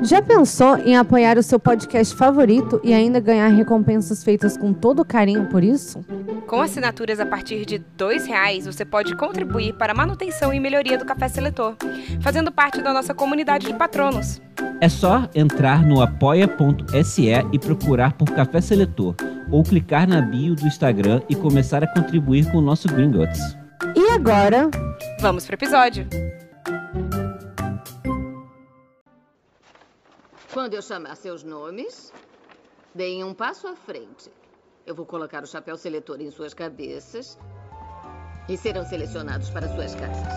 Já pensou em apoiar o seu podcast favorito e ainda ganhar recompensas feitas com todo carinho por isso? Com assinaturas a partir de R$2, você pode contribuir para a manutenção e melhoria do Café Seletor, fazendo parte da nossa comunidade de patronos. É só entrar no apoia.se e procurar por Café Seletor, ou clicar na bio do Instagram e começar a contribuir com o nosso Gringotts. E agora, vamos pro episódio! Quando eu chamar seus nomes, deem um passo à frente. Eu vou colocar o chapéu seletor em suas cabeças e serão selecionados para suas casas.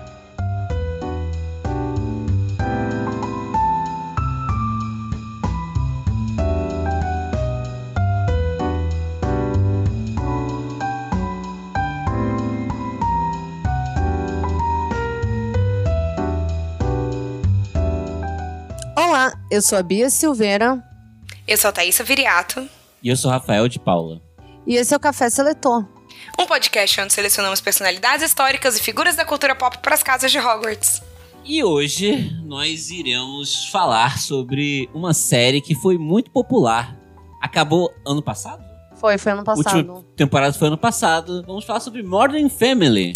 olá, eu sou a Bia Silveira. Eu sou a Thaísa Viriato. E eu sou Rafael de Paula. E esse é o Café Seletor. Um podcast onde selecionamos personalidades históricas e figuras da cultura pop para as casas de Hogwarts. E hoje nós iremos falar sobre uma série que foi muito popular. Acabou ano passado? Foi ano passado. A última temporada foi ano passado. Vamos falar sobre Modern Family.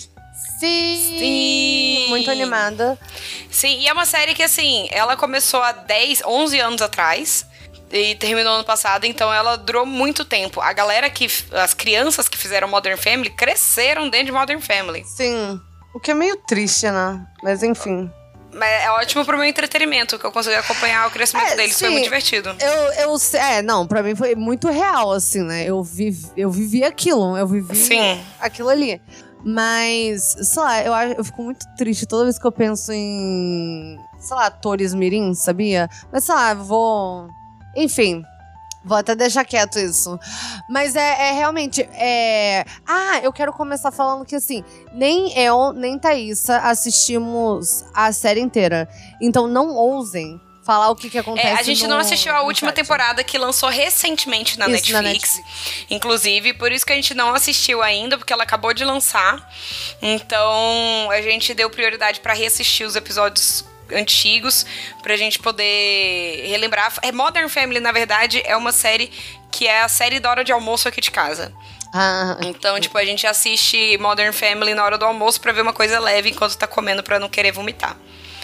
Sim! Muito animada. Sim, e é uma série que, assim, ela começou há 11 anos atrás e terminou ano passado, então ela durou muito tempo. As crianças que fizeram Modern Family cresceram dentro de Modern Family. Sim, o que é meio triste, né? Mas enfim. Mas é ótimo pro meu entretenimento, que eu consegui acompanhar o crescimento deles, sim, foi muito divertido. Não, pra mim foi muito real, assim, né? Eu vivi aquilo, aquilo ali. Mas, sei lá, eu fico muito triste toda vez que eu penso em, sei lá, atores mirim, sabia? Mas, sei lá, enfim, vou até deixar quieto isso. Mas realmente, eu quero começar falando que, assim, nem eu, nem Thaísa assistimos a série inteira. Então, não ousem falar o que acontece. A gente não assistiu a última temporada que lançou recentemente na Netflix. Inclusive, por isso que a gente não assistiu ainda, porque ela acabou de lançar. Então, a gente deu prioridade pra reassistir os episódios antigos, pra gente poder relembrar. Modern Family, na verdade, é uma série que é a série da hora de almoço aqui de casa. Então, a gente assiste Modern Family na hora do almoço pra ver uma coisa leve enquanto tá comendo, pra não querer vomitar.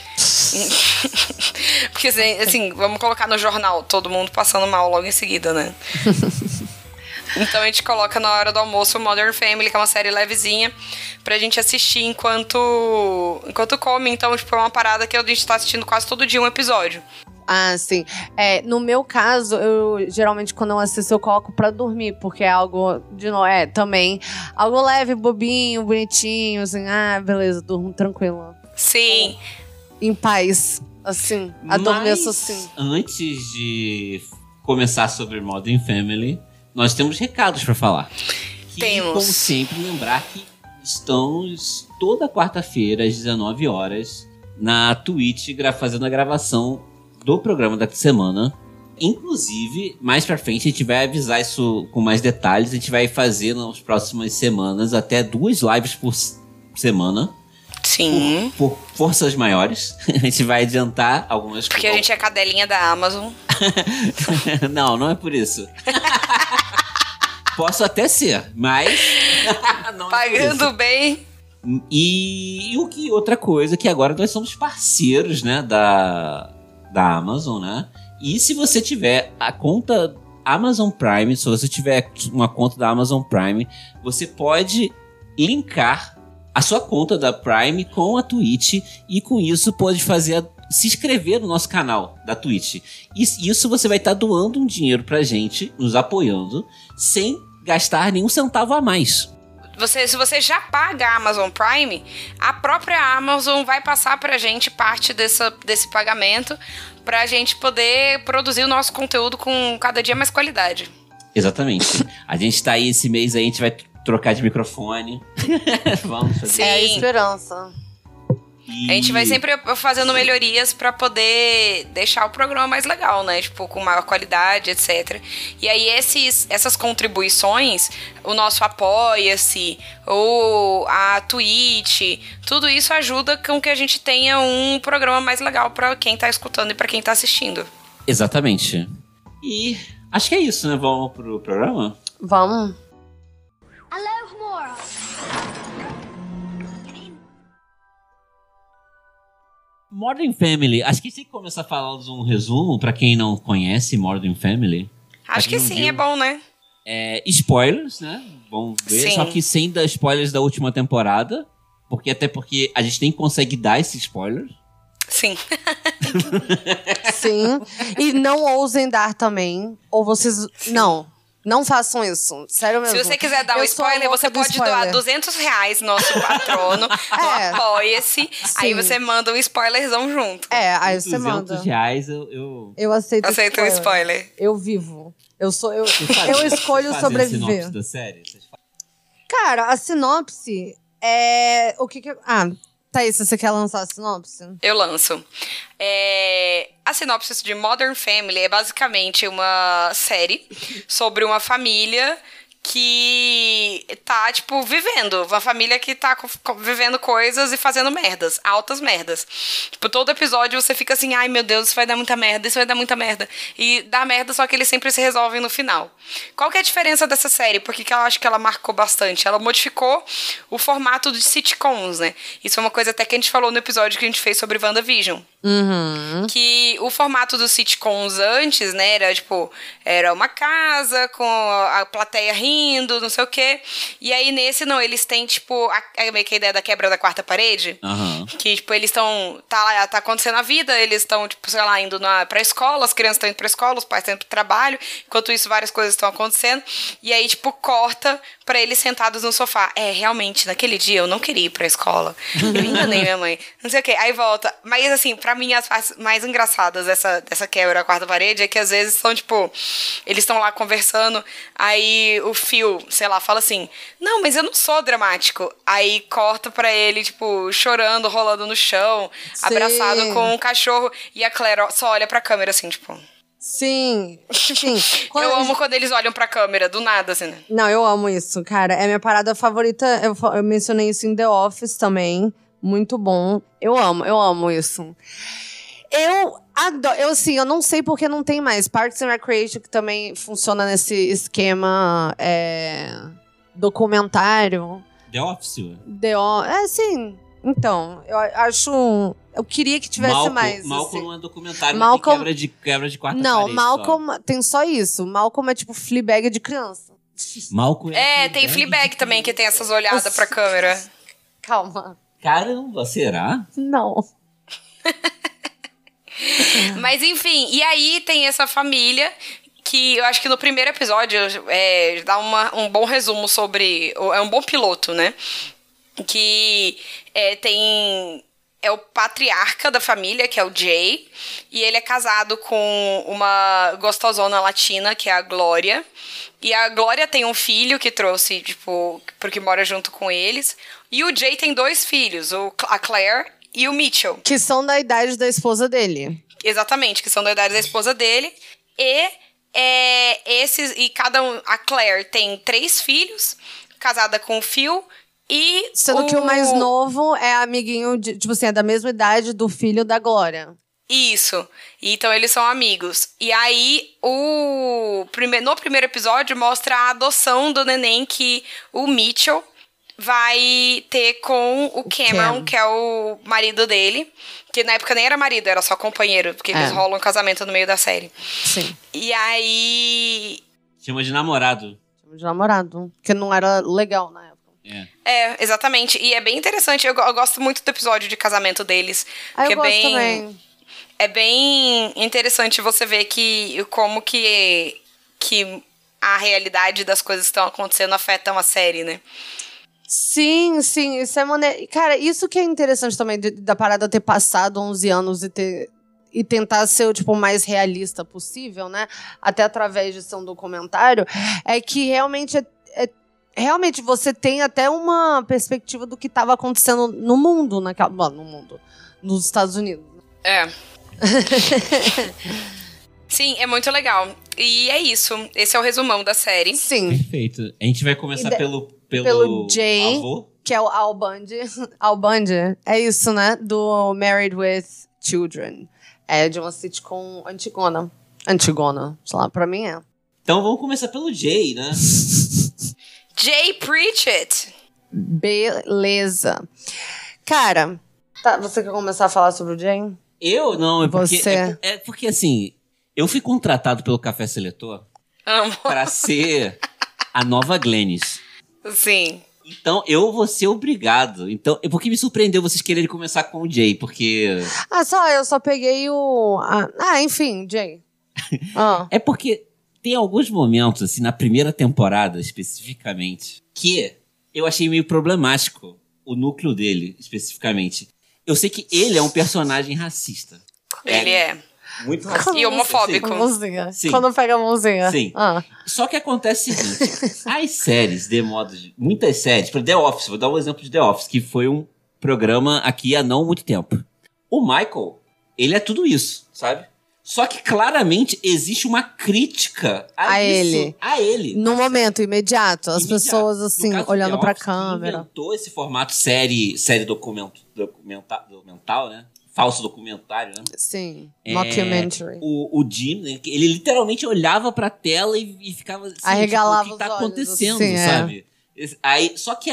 Porque, assim, vamos colocar no jornal todo mundo passando mal logo em seguida, né? Então a gente coloca na hora do almoço o Modern Family, que é uma série levezinha, pra gente assistir enquanto come. Então, é uma parada que a gente tá assistindo quase todo dia um episódio. Ah, sim. No meu caso, eu geralmente quando eu assisto eu coloco pra dormir, porque é algo, também algo leve, bobinho, bonitinho, assim, beleza, durmo tranquilo. Sim. Em paz, assim, adormeço assim. Antes de começar sobre Modern Family, nós temos recados pra falar. Temos. Como sempre, lembrar que estamos toda quarta-feira às 19 horas na Twitch fazendo a gravação do programa da semana. Inclusive, mais pra frente a gente vai avisar isso com mais detalhes. A gente vai fazer nas próximas semanas até 2 lives por semana. Sim. Por forças maiores. A gente vai adiantar algumas coisas. Porque a gente é cadelinha da Amazon. Não é por isso. Posso até ser, mas não pagando é bem. E outra coisa, que agora nós somos parceiros, né, da Amazon, né? E se você tiver a conta Amazon Prime, se você tiver uma conta da Amazon Prime, você pode linkar a sua conta da Prime com a Twitch e com isso pode se inscrever no nosso canal da Twitch. Isso você vai estar doando um dinheiro pra gente, nos apoiando, sem gastar nenhum centavo a mais. Se você já paga a Amazon Prime, a própria Amazon vai passar pra gente parte desse pagamento pra gente poder produzir o nosso conteúdo com cada dia mais qualidade. Exatamente. A gente tá aí esse mês aí, a gente vai trocar de microfone. Vamos fazer. É a esperança. A gente vai sempre fazendo melhorias pra poder deixar o programa mais legal, né? Tipo, com maior qualidade, etc. E aí, essas contribuições, o nosso Apoia-se, ou a Twitch, tudo isso ajuda com que a gente tenha um programa mais legal pra quem tá escutando e pra quem tá assistindo. Exatamente. E acho que é isso, né? Vamos pro programa? Vamos. Hello, Mora. Modern Family. Acho que a gente tem que começar a falar um resumo pra quem não conhece Modern Family. Acho que sim, viu, é bom, né? Spoilers, né? Vamos ver. Sim. Só que sem dar spoilers da última temporada. Até porque a gente nem consegue dar esses spoilers. Sim. Sim. E não ousem dar também. Ou vocês... Sim. Não façam isso. Sério mesmo. Se você quiser dar um spoiler, você pode doar R$200 nosso patrono. Apoia-se. Aí você manda um spoilerzão junto. Aí você manda. R$200 eu aceito um spoiler. Eu vivo. Eu escolho sobreviver. A sinopse da série? Cara, a sinopse é... O que Thaís, você quer lançar a sinopse? Eu lanço. A sinopse de Modern Family é basicamente uma série sobre uma família que tá, tipo, vivendo. Uma família que tá vivendo coisas e fazendo merdas. Altas merdas. Tipo, todo episódio você fica assim, ai meu Deus, isso vai dar muita merda, isso vai dar muita merda. E dá merda, só que eles sempre se resolvem no final. Qual que é a diferença dessa série? Porque que eu acho que ela marcou bastante? Ela modificou o formato de sitcoms, né? Isso é uma coisa até que a gente falou no episódio que a gente fez sobre WandaVision. Uhum. Que o formato dos sitcoms antes, né, era uma casa com a plateia rindo, não sei o quê. E aí nesse não, eles têm tipo meio que a ideia da quebra da quarta parede. Uhum. Que tipo, eles estão, tá acontecendo a vida, eles estão tipo, sei lá, indo pra escola, as crianças estão indo pra escola, os pais estão indo pro trabalho, enquanto isso várias coisas estão acontecendo. E aí tipo, corta pra eles sentados no sofá. Realmente, naquele dia eu não queria ir pra escola. Eu enganei minha mãe. Não sei o quê. Aí volta. Mas assim, pra mim, as partes mais engraçadas dessa quebra da quarta parede é que às vezes são, tipo, eles estão lá conversando, aí o Phil, sei lá, fala assim, não, mas eu não sou dramático. Aí corta pra ele, tipo, chorando, rolando no chão, abraçado com um cachorro, e a Claire só olha pra câmera assim, tipo... Sim. Eu amo quando eles olham pra câmera, do nada, assim, né? Não, eu amo isso, cara. É minha parada favorita. Eu mencionei isso em The Office também. Muito bom. Eu amo isso. Eu adoro. Eu não sei porque não tem mais. Parks and Recreation, que também funciona nesse esquema documentário. The Office? Sim. Então, eu acho... Eu queria que tivesse mais. Malcolm não é documentário, Malcolm... não tem quebra de quarta não, parede. Não, Malcolm tem só isso. Malcolm é tipo Fleabag de criança. Malcolm tem Fleabag também, que tem essas olhadas pra câmera. Calma. Caramba, será? Não. Mas enfim, e aí tem essa família que eu acho que no primeiro episódio dá um bom resumo sobre... É um bom piloto, né? Que tem... É o patriarca da família, que é o Jay. E ele é casado com uma gostosona latina, que é a Glória. E a Glória tem um filho que trouxe, tipo... Porque mora junto com eles. E o Jay tem 2 filhos, a Claire e o Mitchell. Que são da idade da esposa dele. Exatamente, que são da idade da esposa dele. E cada um... A Claire tem 3 filhos, casada com o Phil... Sendo que o mais novo é amiguinho, tipo assim, é da mesma idade do filho da Glória. Isso. Então eles são amigos. E aí, no primeiro episódio, mostra a adoção do neném que o Mitchell vai ter com o Cameron, que é o marido dele. Que na época nem era marido, era só companheiro. Porque eles rolam um casamento no meio da série. Sim. E aí... Chama de namorado. De namorado. Porque não era legal na época. Exatamente. E é bem interessante. Eu gosto muito do episódio de casamento deles. Eu gosto também. É bem interessante você ver como que a realidade das coisas que estão acontecendo afetam a série, né? Sim, isso é maneiro. Cara, isso que é interessante também da parada ter passado 11 anos e tentar ser o mais realista possível, né? Até através de ser um documentário, é que realmente realmente você tem até uma perspectiva do que estava acontecendo no mundo, nos Estados Unidos. É. Sim, é muito legal. E é isso. Esse é o resumão da série. Sim. Perfeito. A gente vai começar pelo Jay, avô. Que é o Al Bundy. Al Bundy, é isso, né? Do Married with Children. É de uma sitcom antigona. Antigona, sei lá, pra mim é. Então vamos começar pelo Jay, né? Jay Pritchett. Beleza. Cara, você quer começar a falar sobre o Jay? Eu não, é porque, Você... é porque assim, eu fui contratado pelo Café Seletor pra ser a nova Glennis. Sim. Então, eu vou ser obrigado. Então, porque me surpreendeu vocês quererem começar com o Jay, porque... eu só peguei o... enfim, Jay. É porque tem alguns momentos, assim, na primeira temporada, especificamente, que eu achei meio problemático o núcleo dele, especificamente. Eu sei que ele é um personagem racista. Ele é. Muito racista. E homofóbico. Sim. Quando pega a mãozinha. Sim. Só que acontece o seguinte. As séries, muitas séries, por The Office, vou dar um exemplo de The Office, que foi um programa aqui há não muito tempo. O Michael, ele é tudo isso, sabe? Só que claramente existe uma crítica a isso, a ele. No momento imediato. As pessoas, assim, olhando pra câmera. Inventou esse formato série documental, né? Falso documentário, né? Sim, mockumentary. O Jim, né? Ele literalmente olhava pra tela e ficava assim, arregalava o que tá os olhos, acontecendo, assim, sabe? Aí, só que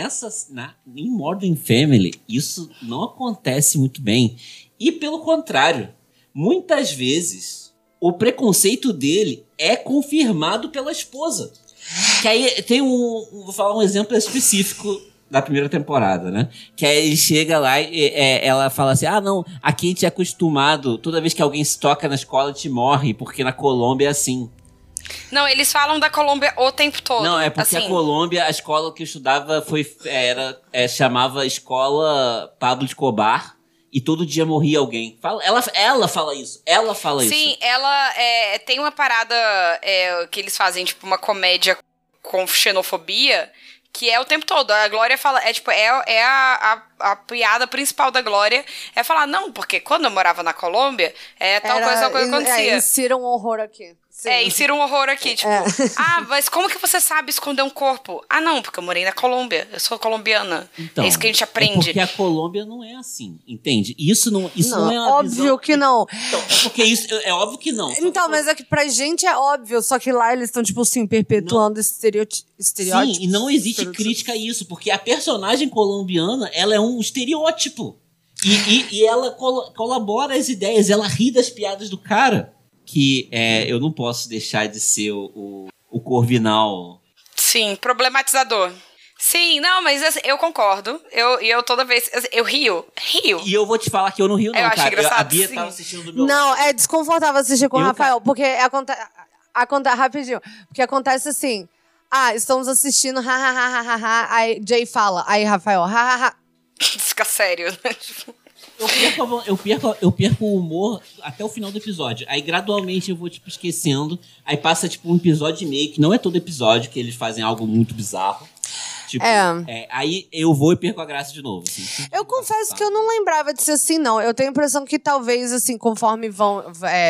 em Modern Family, isso não acontece muito bem. E pelo contrário, muitas vezes, o preconceito dele é confirmado pela esposa. Que aí tem vou falar um exemplo específico da primeira temporada, né? Que aí ele chega lá e ela fala assim, não, aqui a gente é acostumado, toda vez que alguém se toca na escola, a gente morre, porque na Colômbia é assim. Não, eles falam da Colômbia o tempo todo. Não, é porque assim. A Colômbia, a escola que eu estudava chamava Escola Pablo Escobar, e todo dia morria alguém. Ela fala isso. Sim, ela tem uma parada que eles fazem, tipo, uma comédia com xenofobia, que é o tempo todo. A Glória fala, a piada principal da Glória é falar, não, porque quando eu morava na Colômbia, tal coisa acontecia. Insira um horror aqui. Sim. Insira um horror aqui, tipo, mas como que você sabe esconder um corpo? Não, porque eu morei na Colômbia, eu sou colombiana. Então, é isso que a gente aprende. Porque a Colômbia não é assim, entende? Isso não é uma óbvio visão... que não. Então, porque isso é óbvio que não. Então, mas é que pra gente é óbvio, só que lá eles estão, tipo assim, perpetuando esse estereótipo. Sim, e não existe crítica a isso, porque a personagem colombiana, ela é um estereótipo. E ela colabora as ideias, ela ri das piadas do cara. Que eu não posso deixar de ser o Corvinal. Sim, problematizador. Sim, não, mas eu concordo. Eu toda vez... Eu rio. E eu vou te falar que eu não rio, não, eu cara. Acho engraçado, a Bia sim. tava assistindo do meu Não, é desconfortável assistir com o Rafael, porque acontece... Rapidinho. Porque acontece assim... estamos assistindo, aí Jay fala, aí Rafael, Fica sério, né? Eu perco o humor até o final do episódio. Aí, gradualmente, eu vou, esquecendo. Aí passa, um episódio e meio, que não é todo episódio, que eles fazem algo muito bizarro. Aí eu vou e perco a graça de novo. Assim, eu confesso que eu não lembrava de ser assim, não. Eu tenho a impressão que talvez, assim, conforme vão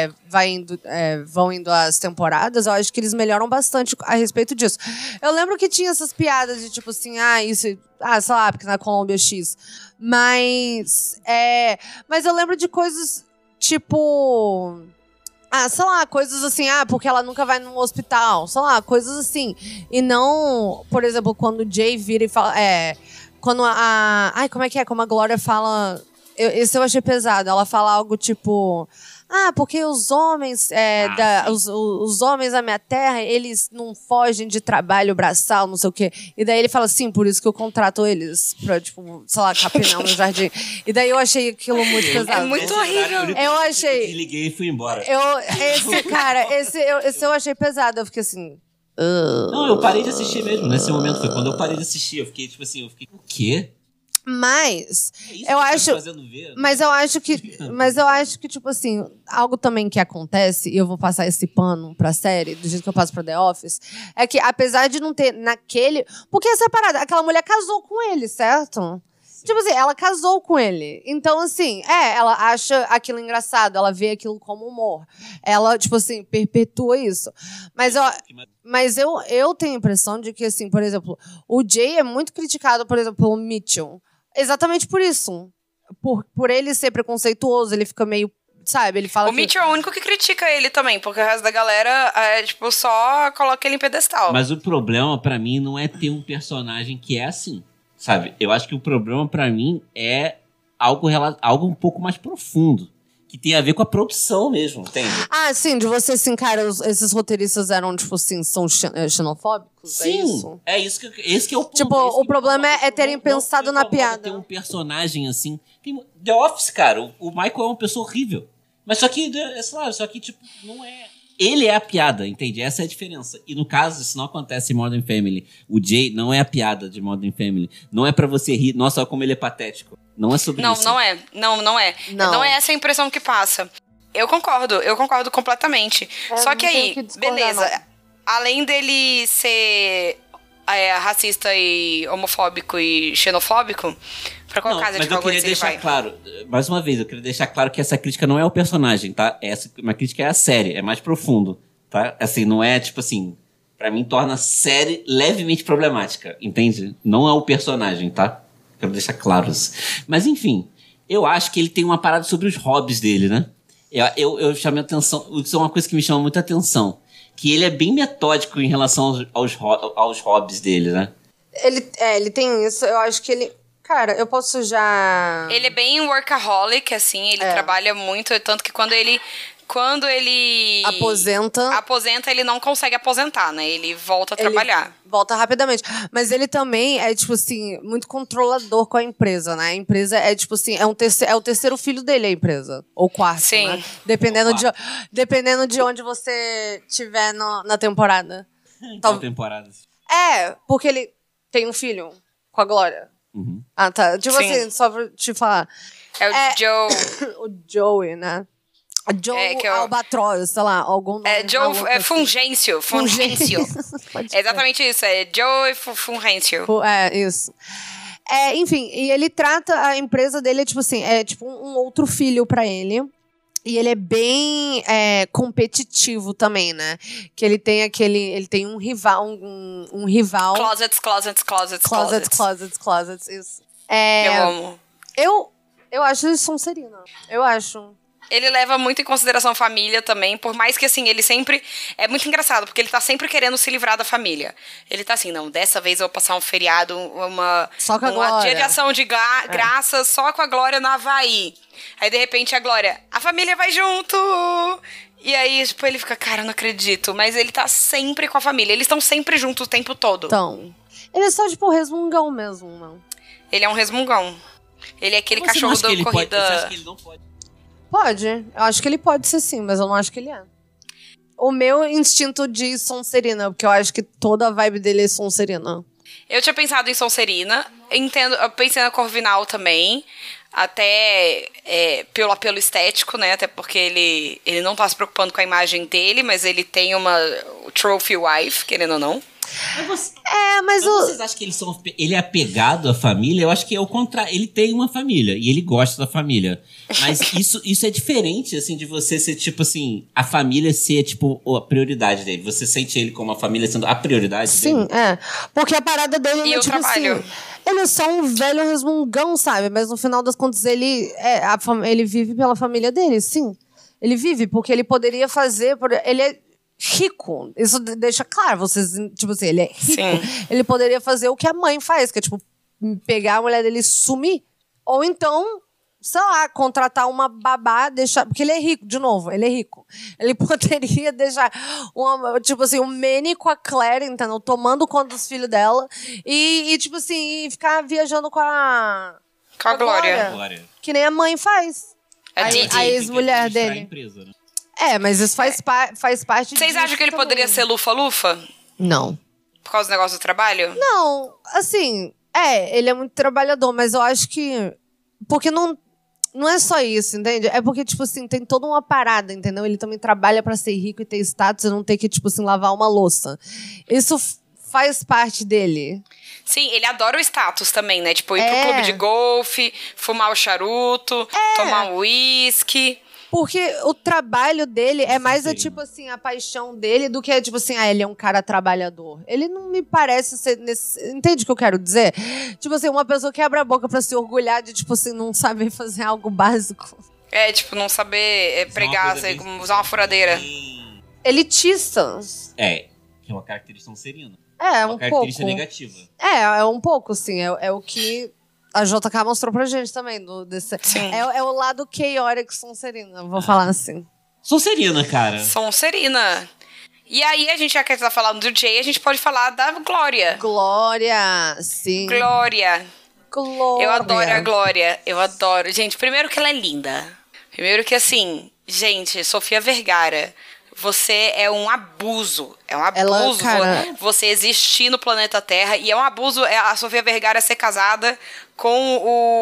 indo as temporadas, eu acho que eles melhoram bastante a respeito disso. Eu lembro que tinha essas piadas de tipo assim, isso, sei lá, porque na Colômbia X. Mas eu lembro de coisas tipo... sei lá, coisas assim, porque ela nunca vai num hospital, sei lá, coisas assim. E não, por exemplo, quando o Jay vira e fala, quando como é que é? Como a Glória fala, esse eu achei pesado, ela fala algo tipo, porque os homens, os homens da minha terra, eles não fogem de trabalho braçal, não sei o quê. E daí ele fala, sim, por isso que eu contrato eles pra, tipo, sei lá, capinar no jardim. E daí eu achei aquilo muito pesado. É muito horrível. Eu achei... Eu desliguei e fui embora. Esse eu achei pesado. Eu fiquei assim... Não, eu parei de assistir mesmo. Nesse momento foi quando eu parei de assistir. Eu fiquei, o quê? Mas eu acho, mas eu acho que tipo assim, algo também que acontece, e eu vou passar esse pano pra série, do jeito que eu passo pra The Office, é que apesar de não ter naquele, porque essa parada, aquela mulher casou com ele, certo? Tipo assim, ela casou com ele. Então, assim, ela acha aquilo engraçado, ela vê aquilo como humor. Ela, tipo assim, perpetua isso. Mas eu tenho a impressão de que, assim, por exemplo, o Jay é muito criticado, por exemplo, pelo Mitchell. Exatamente por isso. Por ele ser preconceituoso, ele fica meio... Sabe, ele fala Mitchell é o único que critica ele também, porque o resto da galera, tipo, só coloca ele em pedestal. Mas o problema, pra mim, não é ter um personagem que é assim. Sabe? Eu acho que o problema, pra mim, é algo um pouco mais profundo. Que tem a ver com a produção mesmo, entende? Ah, sim, de você, assim, cara, esses roteiristas eram, tipo assim, são xenofóbicos? Sim, é isso? Esse que é o ponto. Tipo, o problema é terem pensado na piada. Ter um personagem assim... The Office, cara, o Michael é uma pessoa horrível. Mas só que, tipo, não é... Ele é a piada, entende? Essa é a diferença. E no caso, isso não acontece em Modern Family. O Jay não é a piada de Modern Family. Não é pra você rir, nossa, como ele é patético. Não é sobre isso. Não é. Não é essa a impressão que passa. Eu concordo completamente. Só que aí, beleza. Não. Além dele ser racista e homofóbico e xenofóbico, pra qual casa de Hogwarts ele vai? Claro, mais uma vez, eu queria deixar claro que essa crítica não é ao personagem, tá? Uma crítica é à série, é mais profundo, tá? Assim, não é, tipo assim, pra mim torna a série levemente problemática, entende? Não é o personagem, tá? Quero deixar claro isso. Mas, enfim, eu acho que ele tem uma parada sobre os hobbies dele, né? Eu chamei a atenção, isso é uma coisa que me chama muita atenção, que ele é bem metódico em relação aos hobbies dele, né? Ele tem isso, eu acho que ele... Cara, eu posso já... Ele é bem workaholic, assim, ele trabalha muito, tanto que quando ele aposenta, ele não consegue aposentar, né? Ele volta a trabalhar. Volta rapidamente. Mas ele também é, tipo assim, muito controlador com a empresa, né? A empresa é, tipo assim, é o terceiro filho dele, a empresa. Ou quarto, sim, né? Dependendo de onde você estiver na temporada. Qual temporada? Porque ele tem um filho com a Glória. Uhum. Ah, tá. Tipo assim, só pra te falar. É o Joe. O Joey, né? Joe Albatroz, sei lá, algum nome. Joe Fungêncio. É exatamente isso, é Joe Fungêncio. Isso. Enfim, e ele trata a empresa dele, tipo assim, é tipo um outro filho pra ele. E ele é bem competitivo também, né? Que ele tem um rival, um rival. Closets, isso. Eu amo. Eu acho ele Sonserina. Eu acho. Ele leva muito em consideração a família também, por mais que, assim, ele sempre... É muito engraçado, porque ele tá sempre querendo se livrar da família. Ele tá assim, não, dessa vez eu vou passar um feriado, só com a Glória. Dia de ação de graças só com a Glória no Havaí. Aí, de repente, a Glória, a família vai junto! E aí, tipo, ele fica, cara, eu não acredito. Mas ele tá sempre com a família. Eles estão sempre juntos o tempo todo. Então, ele é só, tipo, resmungão mesmo, não? Ele é um resmungão. Ele é aquele cachorro da corrida... Você acha que ele não pode? Pode. Eu acho que ele pode ser sim, mas eu não acho que ele é. O meu instinto diz Sonserina, porque eu acho que toda a vibe dele é Sonserina. Eu tinha pensado em Sonserina. Eu pensei na Corvinal também. Até pelo apelo estético, né? Até porque ele não tá se preocupando com a imagem dele, mas ele tem uma trophy wife, querendo ou não. Mas vocês acham que ele é apegado à família? Eu acho que é o contrário. Ele tem uma família e ele gosta da família. Mas isso é diferente, assim, de você ser, tipo assim, a família ser, tipo, a prioridade dele. Você sente ele como a família sendo a prioridade dele? Sim, Porque a parada dele é, tipo trabalho. Assim, ele é só um velho resmungão, sabe? Mas no final das contas, ele vive pela família dele, sim. Ele vive, porque ele poderia fazer... Ele é rico. Isso deixa claro. Vocês, tipo assim, ele é rico. Sim. Ele poderia fazer o que a mãe faz, que é, tipo, pegar a mulher dele e sumir. Ou então, sei lá, contratar uma babá, deixar... Porque ele é rico, de novo, ele é rico. Ele poderia deixar, tipo assim, um Manny com a Claire, entendeu? Tomando conta dos filhos dela. E tipo assim, ficar viajando com a Glória. Que nem a mãe faz. A ex-mulher dele. Empresa, né? Mas isso faz parte... Vocês acham que ele poderia ser lufa-lufa? Não. Por causa do negócio do trabalho? Não, assim... Ele é muito trabalhador, mas eu acho que... Porque não é só isso, entende? É porque, tipo assim, tem toda uma parada, entendeu? Ele também trabalha pra ser rico e ter status e não ter que, tipo assim, lavar uma louça. Isso faz parte dele. Sim, ele adora o status também, né? Tipo, ir pro clube de golfe, fumar o charuto, tomar um uísque. Porque o trabalho dele é mais, tipo assim, a paixão dele do que, tipo assim, ele é um cara trabalhador. Ele não me parece ser... Entende o que eu quero dizer? Tipo assim, uma pessoa que abre a boca pra se orgulhar de, tipo assim, não saber fazer algo básico. Tipo, não saber pregar, usar uma furadeira. Elitista. Que é uma característica sonserina. Uma característica negativa. É um pouco, sim. É o que... A JK mostrou pra gente também. É o lado chaotic Sonserina, vou falar assim. Sonserina, cara. Sonserina. E aí, a gente já que tá falando do Jay, a gente pode falar da Glória. Glória, sim. Glória. Eu adoro a Glória. Eu adoro. Gente, primeiro que ela é linda. Primeiro que, assim... Gente, Sofia Vergara... Você é um abuso. É um abuso você existir no planeta Terra. E é um abuso a Sofia Vergara ser casada com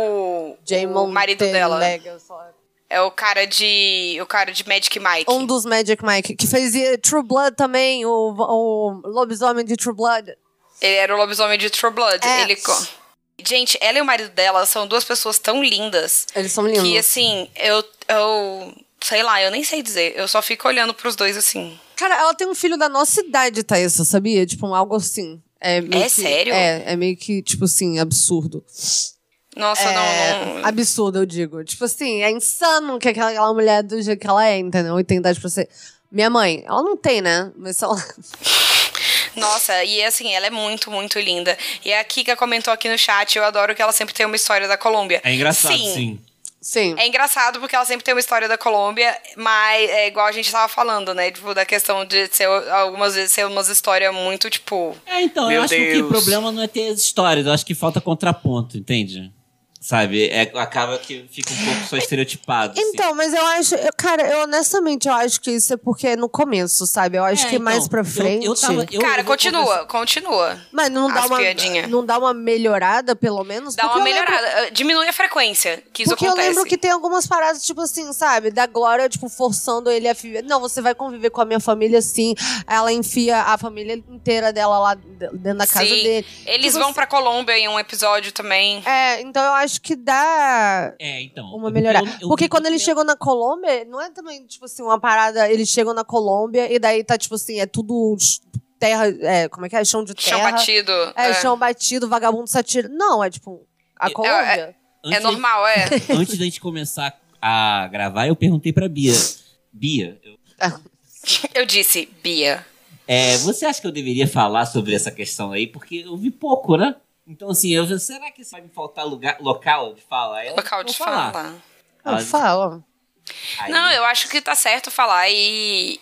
o marido dela. É o cara de Magic Mike. Um dos Magic Mike. Que fez True Blood também. O lobisomem de True Blood. Ele era o lobisomem de True Blood. Gente, ela e o marido dela são duas pessoas tão lindas. Eles são lindos. Que, assim, eu sei lá, eu nem sei dizer. Eu só fico olhando pros dois, assim. Cara, ela tem um filho da nossa idade, Thaís, sabia? Tipo, algo assim. Sério? É meio que, tipo assim, absurdo. Nossa, não... Absurdo, eu digo. Tipo assim, é insano que aquela mulher do jeito que ela é, entendeu? E tem idade pra ser... Minha mãe, ela não tem, né? Mas só... Nossa, e assim, ela é muito, muito linda. E a Kika comentou aqui no chat, eu adoro que ela sempre tem uma história da Colômbia. É engraçado, sim. É engraçado porque ela sempre tem uma história da Colômbia, mas é igual a gente tava falando, né? Tipo, da questão de ser, algumas vezes, ser umas histórias muito, tipo... Então, eu acho que o problema não é ter as histórias, eu acho que falta contraponto, entende? Sabe? Acaba que fica um pouco só estereotipado. Então, assim. mas eu acho... Cara, honestamente, eu acho que isso é porque é no começo, sabe? Eu acho que mais pra frente... Cara, continua. Mas não dá uma melhorada, pelo menos? Dá uma melhorada. Diminui a frequência que isso acontece. Porque eu lembro que tem algumas paradas, tipo assim, sabe? Da Glória, tipo, forçando ele a... Não, você vai conviver com a minha família, sim. Ela enfia a família inteira dela lá dentro da casa dele. Eles vão pra Colômbia em um episódio também. Então eu acho que dá uma melhorada. Porque quando eles chegam na Colômbia, não é também, tipo assim, uma parada... Eles chegam na Colômbia e daí tá, tipo assim, é tudo... terra, como é que é? Chão de terra. Chão batido. Chão batido, vagabundo se atira. Não, é tipo, a Colômbia. É normal, Antes da gente começar a gravar, eu perguntei pra Bia. Bia... Eu disse, Bia. Você acha que eu deveria falar sobre essa questão aí? Porque eu vi pouco, né? Então, assim, será que vai me faltar local de fala? Local de fala. Fala. Não, eu acho que tá certo falar e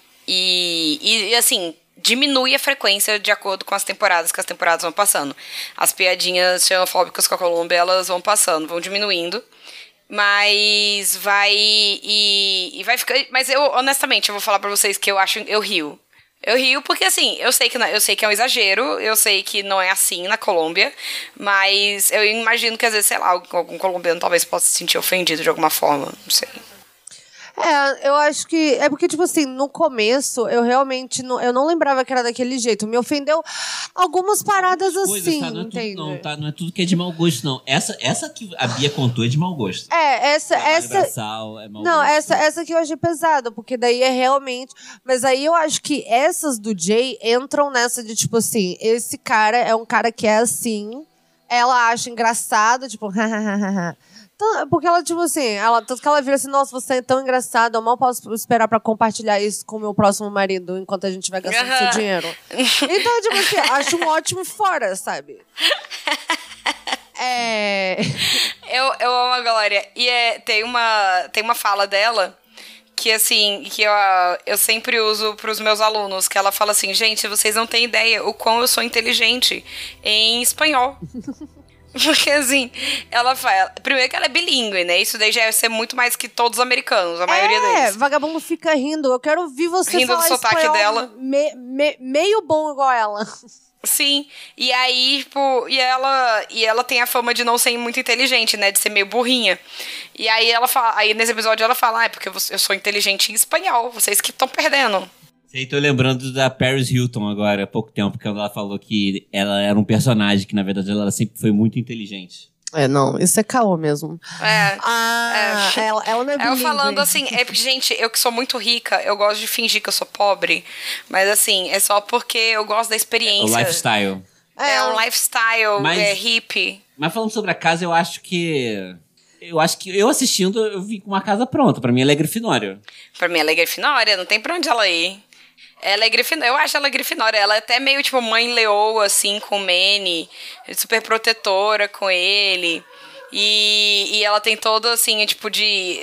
assim, diminui a frequência de acordo com as temporadas que as temporadas vão passando. As piadinhas xenofóbicas com a Colômbia, elas vão passando, vão diminuindo. Mas vai ficar... Mas eu, honestamente, eu vou falar pra vocês que eu rio. Eu rio porque, assim, eu sei que é um exagero, eu sei que não é assim na Colômbia, mas eu imagino que, às vezes, sei lá, algum colombiano talvez possa se sentir ofendido de alguma forma, não sei. Eu acho que... É porque, tipo assim, no começo, eu realmente... eu não lembrava que era daquele jeito. Me ofendeu algumas paradas assim, entende? Não é tudo que é de mau gosto, não. Essa que a Bia contou é de mau gosto. Essa é mau não, gosto. essa que eu achei pesada, porque daí é realmente... Mas aí eu acho que essas do Jay entram nessa de, tipo assim, esse cara é um cara que é assim, ela acha engraçado, tipo... Porque ela, tipo assim, tanto que ela vira assim, nossa, você é tão engraçada, eu mal posso esperar pra compartilhar isso com o meu próximo marido enquanto a gente vai gastando seu dinheiro. Então, tipo assim, acho um ótimo fora, sabe? Eu amo a Glória. E tem uma fala dela que, assim, que eu sempre uso pros meus alunos, que ela fala assim, gente, vocês não têm ideia o quão eu sou inteligente em espanhol. Porque, assim, ela fala... Primeiro que ela é bilíngue, né? Isso daí já é ser muito mais que todos os americanos, a maioria deles. Vagabundo fica rindo. Eu quero ouvir você rindo falar do sotaque espanhol dela. Meio bom igual ela. Sim, e aí, tipo, e ela tem a fama de não ser muito inteligente, né, de ser meio burrinha. E aí ela fala, aí nesse episódio ela fala, porque eu sou inteligente em espanhol, vocês que estão perdendo. Sei, tô lembrando da Paris Hilton agora, há pouco tempo, quando ela falou que ela era um personagem, que na verdade ela sempre foi muito inteligente. Não, isso é caô mesmo. Ela não é bilíngue. Eu falando assim, gente, eu que sou muito rica, eu gosto de fingir que eu sou pobre, mas assim, é só porque eu gosto da experiência. O lifestyle. É um lifestyle hippie. Mas falando sobre a casa, eu acho que eu assistindo, eu vi com uma casa pronta. Pra mim, ela é Grifinória. Pra mim, ela é Grifinória, não tem pra onde ela ir. Ela é Grifinória, eu acho ela Grifinória. Ela é até meio, tipo, mãe leoa, assim, com o Manny. Super protetora com ele. E ela tem todo, assim, tipo, de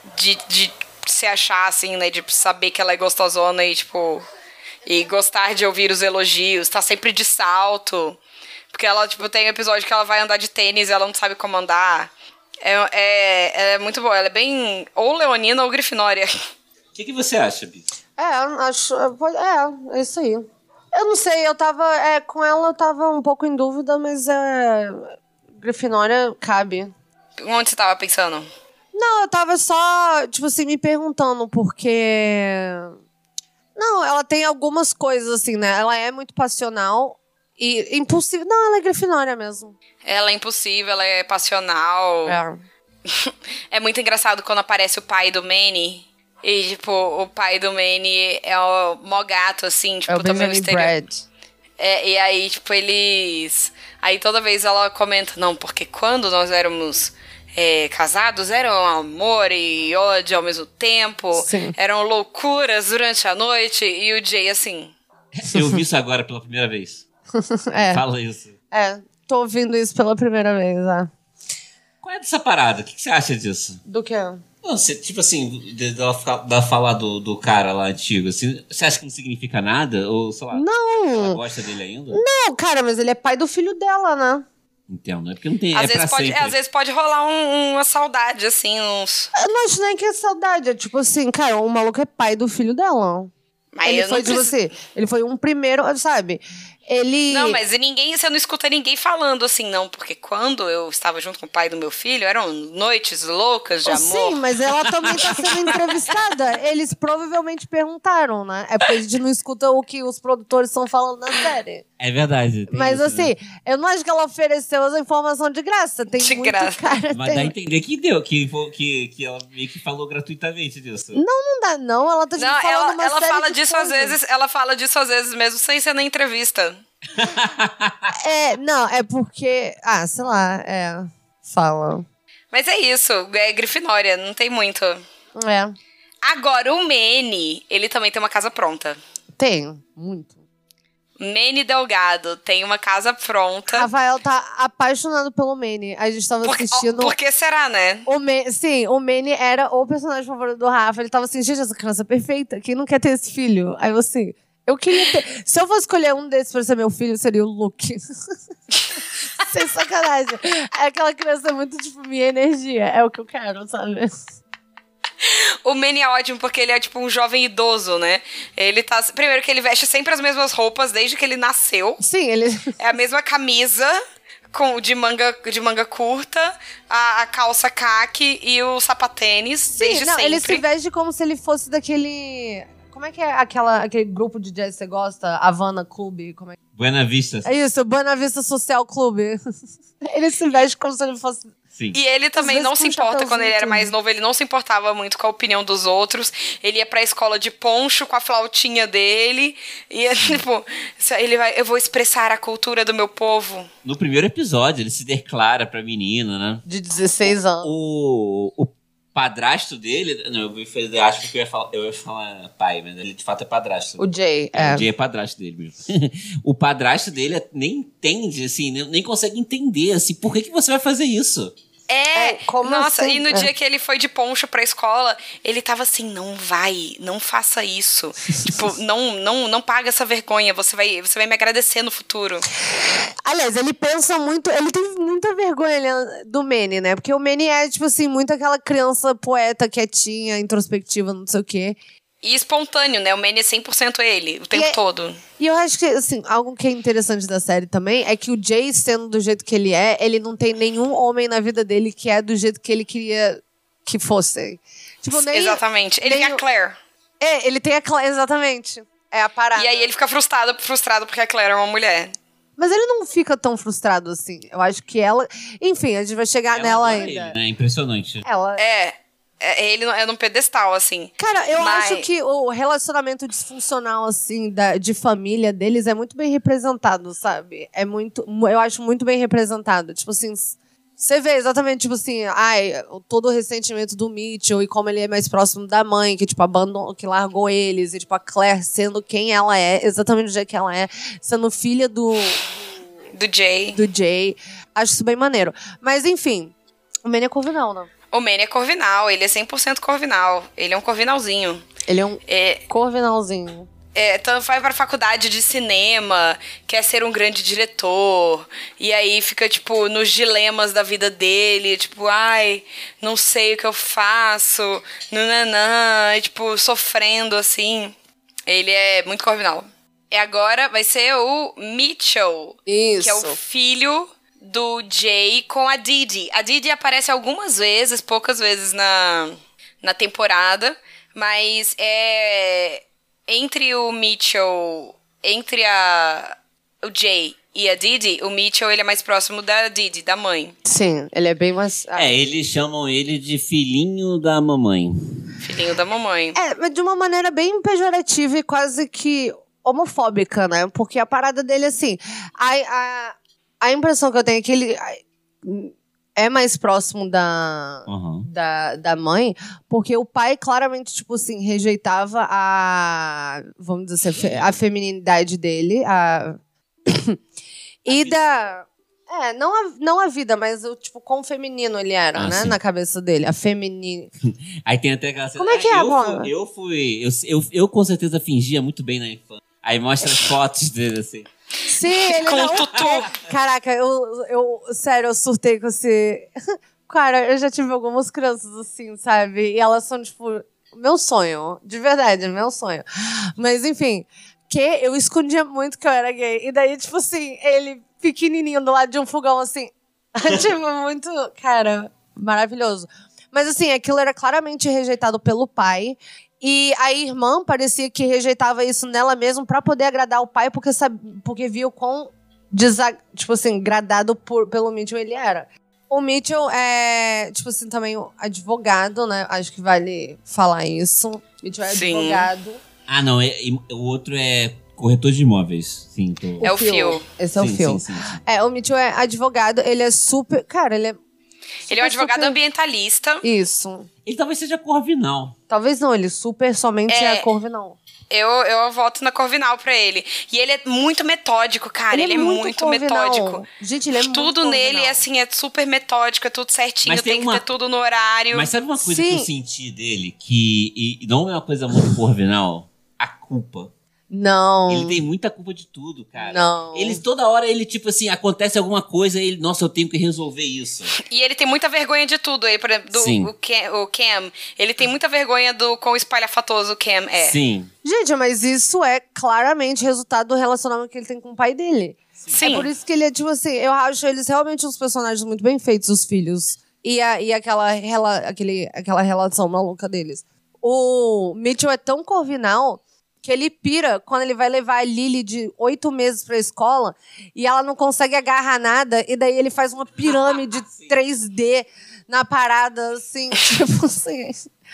se achar, assim, né? De saber que ela é gostosona e, tipo... E gostar de ouvir os elogios. Tá sempre de salto. Porque ela, tipo, tem um episódio que ela vai andar de tênis e ela não sabe como andar. Ela é muito boa. Ela é bem ou leonina ou Grifinória. O que você acha, Bi? Acho... É isso aí. Eu não sei, eu tava... com ela eu tava um pouco em dúvida, mas Grifinória cabe. Onde você tava pensando? Não, eu tava só, tipo assim, me perguntando, porque... Não, ela tem algumas coisas, assim, né? Ela é muito passional e impulsiva. Não, ela é Grifinória mesmo. Ela é impulsiva, ela é passional. É muito engraçado quando aparece o pai do Manny. E, tipo, o pai do Manny é o mó gato, assim, tipo, é o também Brad. E aí, tipo, eles... Aí toda vez ela comenta, não, porque quando nós éramos casados, eram amor e ódio ao mesmo tempo. Sim. Eram loucuras durante a noite. E o Jay, assim... Eu vi isso agora pela primeira vez. Fala isso. Tô ouvindo isso pela primeira vez, Qual é dessa parada? O que você acha disso? Do quê? Não, tipo assim, da falar do cara lá antigo, assim, você acha que não significa nada? Ou, sei lá, não. Ela gosta dele ainda? Não, cara, mas ele é pai do filho dela, né? Entendo, é porque não tem... Às vezes pode rolar uma saudade, assim, uns... Eu não acho nem que é saudade, é tipo assim, cara, o maluco é pai do filho dela. Mas ele foi, tipo assim, ele foi um primeiro, sabe? Ele... Não, mas você não escuta ninguém falando assim, não. Porque quando eu estava junto com o pai do meu filho, eram noites loucas de amor. Sim, mas ela também tá sendo entrevistada. Eles provavelmente perguntaram, né? É porque a gente não escuta o que os produtores estão falando na série. É verdade. Mas isso, assim, eu não acho que ela ofereceu essa informação de graça. Tem de muito graça. Cara, mas dá a entender que deu, que ela meio que falou gratuitamente disso. Não dá, não. Ela tá falando uma ela série fala de disso coisas. às vezes. Ela fala disso às vezes mesmo sem ser na entrevista. Não, é porque... sei lá, fala. Mas é isso, é Grifinória, não tem muito. Agora, o Manny, ele também tem uma casa pronta. Tem, muito. Manny Delgado tem uma casa pronta. Rafael tá apaixonado pelo Manny. A gente tava assistindo... Por que será, né? Sim, o Manny era o personagem favorito do Rafa. Ele tava assim, gente, essa criança é perfeita. Quem não quer ter esse filho? Aí eu assim... Eu queria ter... Se eu fosse escolher um desses pra ser meu filho, seria o Luke. Sem sacanagem. Aquela criança é muito, tipo, minha energia. É o que eu quero, sabe? O Manny é ótimo porque ele é, tipo, um jovem idoso, né? Ele tá... Primeiro que ele veste sempre as mesmas roupas desde que ele nasceu. Sim, ele... É a mesma camisa... de manga curta, a calça caque e o sapatênis, desde sempre. Ele se veste como se ele fosse daquele... Como é que é aquele grupo de jazz que você gosta? Havana Clube? Como é? Buena Vista. É isso, Buena Vista Social Clube. Ele se veste como se ele fosse... Sim. E ele também não se importa, quando ele era mais novo, ele não se importava muito com a opinião dos outros. Ele ia pra escola de poncho com a flautinha dele. E tipo, eu vou expressar a cultura do meu povo. No primeiro episódio, ele se declara pra menina, né? De 16 anos. O padrasto dele... Não, eu acho que eu ia falar pai, mas ele de fato é padrasto. O Jay, O Jay é padrasto dele mesmo. O padrasto dele nem entende, assim, nem consegue entender, assim, por que você vai fazer isso? Como nossa, assim? E no dia que ele foi de poncho pra escola, ele tava assim, não faça isso. Tipo, não paga essa vergonha, você vai me agradecer no futuro. Aliás, ele pensa muito, ele tem muita vergonha do Manny, né? Porque o Manny é, tipo assim, muito aquela criança poeta, quietinha, introspectiva, não sei o quê. E espontâneo, né? O Manny é 100% ele, o tempo todo. E eu acho que, assim, algo que é interessante da série também é que o Jay, sendo do jeito que ele é, ele não tem nenhum homem na vida dele que é do jeito que ele queria que fosse. Tipo, exatamente. Ele tem a Claire. Ele tem a Claire, exatamente. É a parada. E aí ele fica frustrado porque a Claire é uma mulher. Mas ele não fica tão frustrado assim. Eu acho que ela... Enfim, a gente vai chegar nela ainda. É impressionante. Ela... Ele é num pedestal, assim. Cara, eu acho que o relacionamento disfuncional, assim, de família deles é muito bem representado, sabe? Eu acho muito bem representado. Tipo assim, você vê exatamente, tipo assim, todo o ressentimento do Mitchell e como ele é mais próximo da mãe, que, tipo, que largou eles. E, tipo, a Claire sendo quem ela é, exatamente do jeito que ela é, sendo filha do Jay. Acho isso bem maneiro. Mas, enfim, o Manny é corvinal, né? O Manny é corvinal, ele é 100% corvinal. Ele é um corvinalzinho. Ele é um corvinalzinho. Então vai pra faculdade de cinema, quer ser um grande diretor, e aí fica, tipo, nos dilemas da vida dele, tipo, não sei o que eu faço, nananã, e, tipo, sofrendo, assim. Ele é muito corvinal. E agora vai ser o Mitchell, Isso. Que é o filho do Jay com a Didi. A Didi aparece algumas vezes, poucas vezes na temporada, mas entre o Mitchell, o Jay e a Didi, o Mitchell ele é mais próximo da Didi, da mãe. Sim, ele é bem mais... eles chamam ele de filhinho da mamãe. Filhinho da mamãe. Mas de uma maneira bem pejorativa e quase que homofóbica, né? Porque a parada dele, assim... A impressão que eu tenho é que ele é mais próximo da mãe, porque o pai claramente, tipo assim, rejeitava vamos dizer assim, a feminilidade dele, não a vida, mas tipo, quão feminino ele era, né? Sim. Na cabeça dele, a feminina. Aí tem até aquela cena... Como é que é agora? Eu com certeza fingia muito bem na infância. Aí mostra as fotos dele, assim. Sim, ele com o tutu. Caraca, sério, eu surtei com esse... Cara, eu já tive algumas crianças assim, sabe? E elas são, tipo, meu sonho. De verdade, meu sonho. Mas, enfim, que eu escondia muito que eu era gay. E daí, tipo assim, ele pequenininho do lado de um fogão, assim. Tipo, muito... Cara, maravilhoso. Mas, assim, aquilo era claramente rejeitado pelo pai. E a irmã parecia que rejeitava isso nela mesma pra poder agradar o pai, porque viu quão tipo assim, gradado pelo Mitchell ele era. O Mitchell é, tipo assim, também advogado, né? Acho que vale falar isso. O Mitchell é advogado. Ah, não. O outro é corretor de imóveis. Sim, É o Phil. Esse é o Phil. Sim. O Mitchell é advogado. Ele é super... Cara, ele é... Ele é um advogado ambientalista. Isso. Ele talvez seja corvinal. Talvez não, ele somente é corvinal. Eu voto na corvinal pra ele. E ele é muito metódico, cara. Ele é muito metódico. Gente, ele é muito tudo corvinal. nele, assim, é super metódico, é tudo certinho, tem que ter tudo no horário. Mas sabe uma coisa que eu senti dele? Que não é uma coisa muito corvinal? A culpa. Não. Ele tem muita culpa de tudo, cara. Não. Toda hora ele, tipo assim, acontece alguma coisa e ele, nossa, eu tenho que resolver isso. E ele tem muita vergonha de tudo aí, por exemplo, o Cam. Ele tem muita vergonha do quão espalhafatoso o Cam é. Sim. Gente, mas isso é claramente resultado do relacionamento que ele tem com o pai dele. Sim. É por isso que ele é, tipo assim, eu acho eles realmente uns personagens muito bem feitos, os filhos. E aquela relação maluca deles. O Mitchell é tão corvinal que ele pira quando ele vai levar a Lily de 8 meses pra escola e ela não consegue agarrar nada, e daí ele faz uma pirâmide 3D na parada, assim, tipo assim.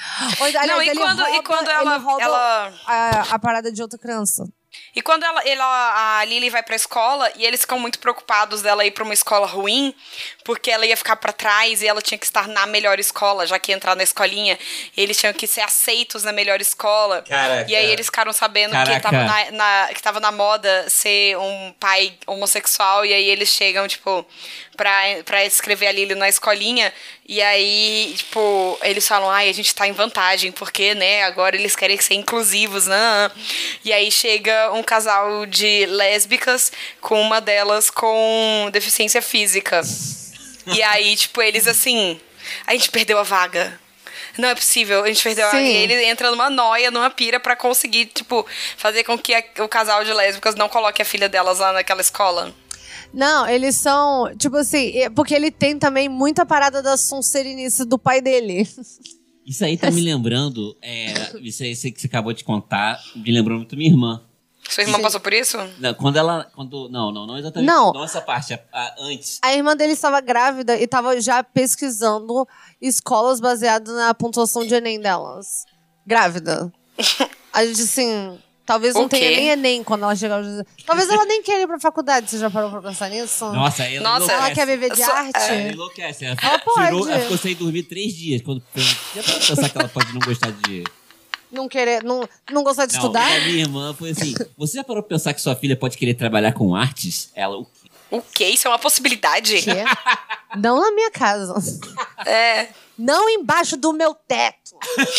E quando ela rouba a parada de outra criança. E quando a Lily vai pra escola, e eles ficam muito preocupados dela ir pra uma escola ruim, porque ela ia ficar pra trás e ela tinha que estar na melhor escola, já que ia entrar na escolinha, eles tinham que ser aceitos na melhor escola. Caraca. E aí eles ficaram sabendo que tava na moda ser um pai homossexual, e aí eles chegam, tipo, pra escrever a Lily na escolinha, e aí, tipo, eles falam, a gente tá em vantagem, porque, né, agora eles querem ser inclusivos, né? E aí chega um casal de lésbicas com uma delas com deficiência física. E aí, tipo, eles assim, a gente perdeu a vaga. não é possível, a gente perdeu a... E ele entra numa noia, numa pira pra conseguir, tipo, fazer com que o casal de lésbicas não coloque a filha delas lá naquela escola. Não, eles são, tipo assim, porque ele tem também muita parada da sonserinice do pai dele. Isso aí tá me lembrando, isso aí que você acabou de contar, me lembrou muito minha irmã. Sua irmã passou por isso? Não, não exatamente. Não essa parte, antes. A irmã dele estava grávida e estava já pesquisando escolas baseadas na pontuação de Enem delas. Grávida. A gente, assim, talvez não tenha nem Enem quando ela chegar. Talvez ela nem queira ir pra faculdade. Você já parou pra pensar nisso? Nossa, ela quer viver de arte? Ela enlouquece. Ela pode. Ela ficou sem dormir 3 dias. Quando já pode pensar que ela pode não gostar de... Não querer, não gostar de estudar? A minha irmã foi assim, você já parou pra pensar que sua filha pode querer trabalhar com artes? Ela, o quê? O quê? Isso é uma possibilidade? Quê? Não na minha casa. Não embaixo do meu teto.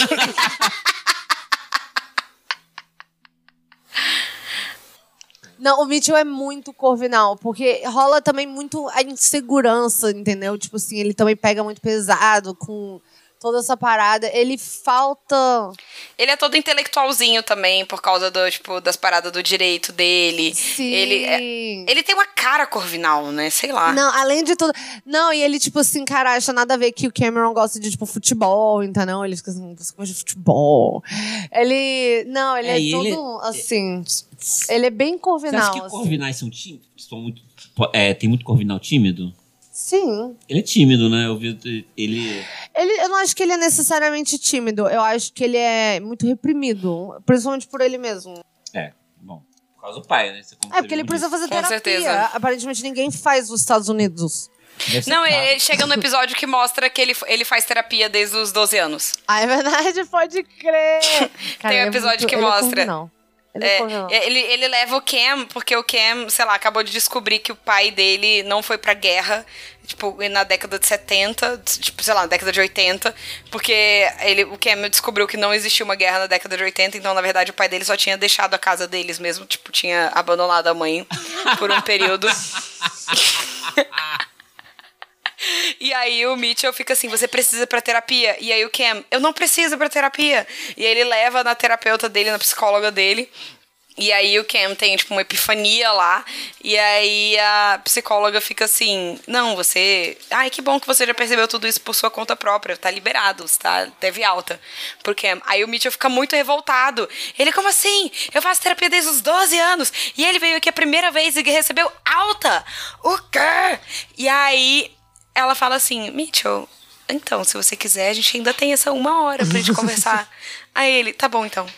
Não, o Mitchell é muito corvinal, porque rola também muito a insegurança, entendeu? Tipo assim, ele também pega muito pesado com... toda essa parada, ele falta... Ele é todo intelectualzinho também, por causa das paradas do direito dele. Sim. Ele tem uma cara corvinal, né? Sei lá. Não, além de tudo... Não, e ele, tipo assim, cara, acha nada a ver que o Cameron gosta de, tipo, futebol, entendeu? Ele fica assim, você gosta de futebol. Ele... Não, ele é todo, assim... Ele é bem corvinal. Você acha que corvinais são tímidos? Tem muito corvinal tímido? Sim. Ele é tímido, né? Eu vi ele... Eu não acho que ele é necessariamente tímido. Eu acho que ele é muito reprimido. Principalmente por ele mesmo. Bom. Por causa do pai, né? Porque ele precisa fazer terapia. Com certeza. Aparentemente ninguém faz nos Estados Unidos. Não, ele chega no episódio que mostra que ele faz terapia desde os 12 anos. É verdade, pode crer. Cara, tem um episódio que mostra. Ele leva o Cam, porque o Cam, sei lá, acabou de descobrir que o pai dele não foi pra guerra, tipo, na década de 70, tipo, sei lá, na década de 80, porque o Cam descobriu que não existia uma guerra na década de 80, então, na verdade, o pai dele só tinha deixado a casa deles mesmo, tipo, tinha abandonado a mãe por um período. E aí o Mitchell fica assim, você precisa ir pra terapia. E aí o Cam, eu não preciso ir pra terapia. E aí ele leva na terapeuta dele, na psicóloga dele. E aí o Cam tem, tipo, uma epifania lá. E aí a psicóloga fica assim, não, você... Ai, que bom que você já percebeu tudo isso por sua conta própria. Tá liberado, teve alta pro Cam. Aí o Mitchell fica muito revoltado. Ele, como assim? Eu faço terapia desde os 12 anos. E ele veio aqui a primeira vez e recebeu alta. O quê? E aí... ela fala assim, Mitchell, então, se você quiser, a gente ainda tem essa 1 hora pra gente conversar. Aí ele, tá bom, então.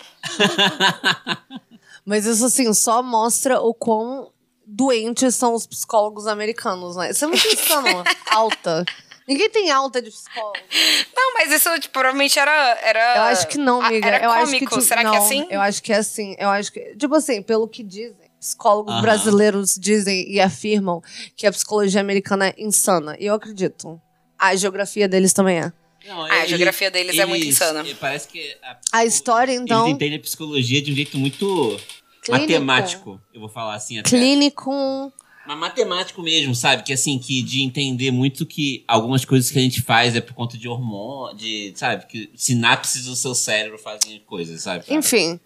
Mas isso, assim, só mostra o quão doentes são os psicólogos americanos, né? Você não tem insano, alta. Ninguém tem alta de psicólogo. Não, mas isso, tipo, provavelmente era... Eu acho que não, amiga. Era cômico, acho que, será que é assim? Eu acho que é assim. Eu acho que... Tipo assim, pelo que dizem, psicólogos brasileiros dizem e afirmam que a psicologia americana é insana. E eu acredito. A geografia deles também é. Não, a geografia deles é muito insana. Parece que... A história, então... Eles entendem a psicologia de um jeito muito matemático. Eu vou falar assim até. Clínico... Mas matemático mesmo, sabe? Que assim, que de entender muito que algumas coisas que a gente faz é por conta de hormônio, sabe? Que sinapses do seu cérebro fazem coisas, sabe? Enfim.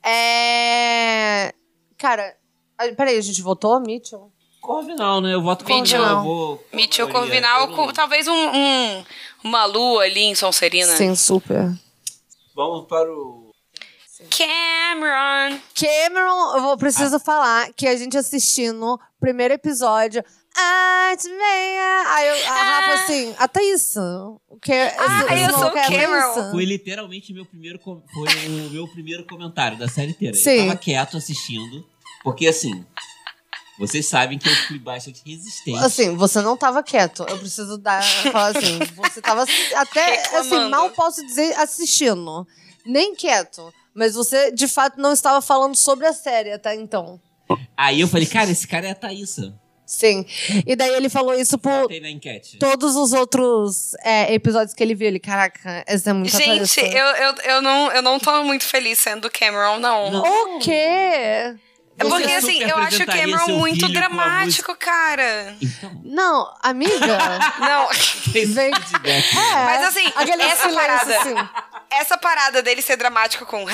Cara, peraí, a gente votou, Mitchell? Corvinal, né? Eu voto Corvinal. Mitchell Corvinal, talvez uma lua ali em Sonserina. Sim, super. Vamos para o... Cameron, eu preciso falar que a gente assistindo o primeiro episódio. Aí a Rafa assim, até isso. Eu sou o Cameron. Foi literalmente o meu primeiro comentário da série inteira. Sim. Eu tava quieto assistindo, porque assim... Vocês sabem que eu fui bastante resistente. Assim, você não tava quieto. Eu preciso falar assim, você tava até, reclamando. assim, mal posso dizer assistindo. Nem quieto. Mas você, de fato, não estava falando sobre a série até então. Aí eu falei, cara, esse cara é a Thaísa. Sim. E daí ele falou isso por na enquete. Todos os outros episódios que ele viu. Ele, caraca, essa é muito Gente, eu não tô muito feliz sendo Cameron, não. O quê? É porque, assim, eu acho o Cameron muito dramático, cara. Então. Não, amiga. Não. Vem... Mas, assim, essa parada dele ser dramático com...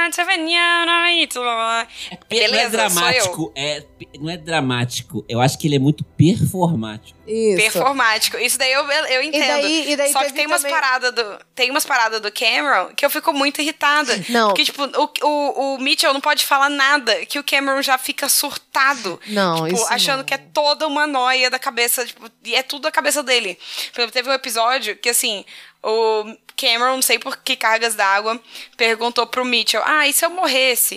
Beleza, não é dramático, não é dramático. Eu acho que ele é muito performático. Isso. Performático. Isso daí eu entendo. E daí só que tem umas paradas do Cameron que eu fico muito irritada. Não. Porque, tipo, o Mitchell não pode falar nada, que o Cameron já fica surtado. Não, tipo, isso achando não. que é toda uma noia da cabeça, tipo, e é tudo a cabeça dele. Por exemplo, teve um episódio que, assim, o Cameron, não sei por que cargas d'água, perguntou pro Mitchell, e se eu morresse?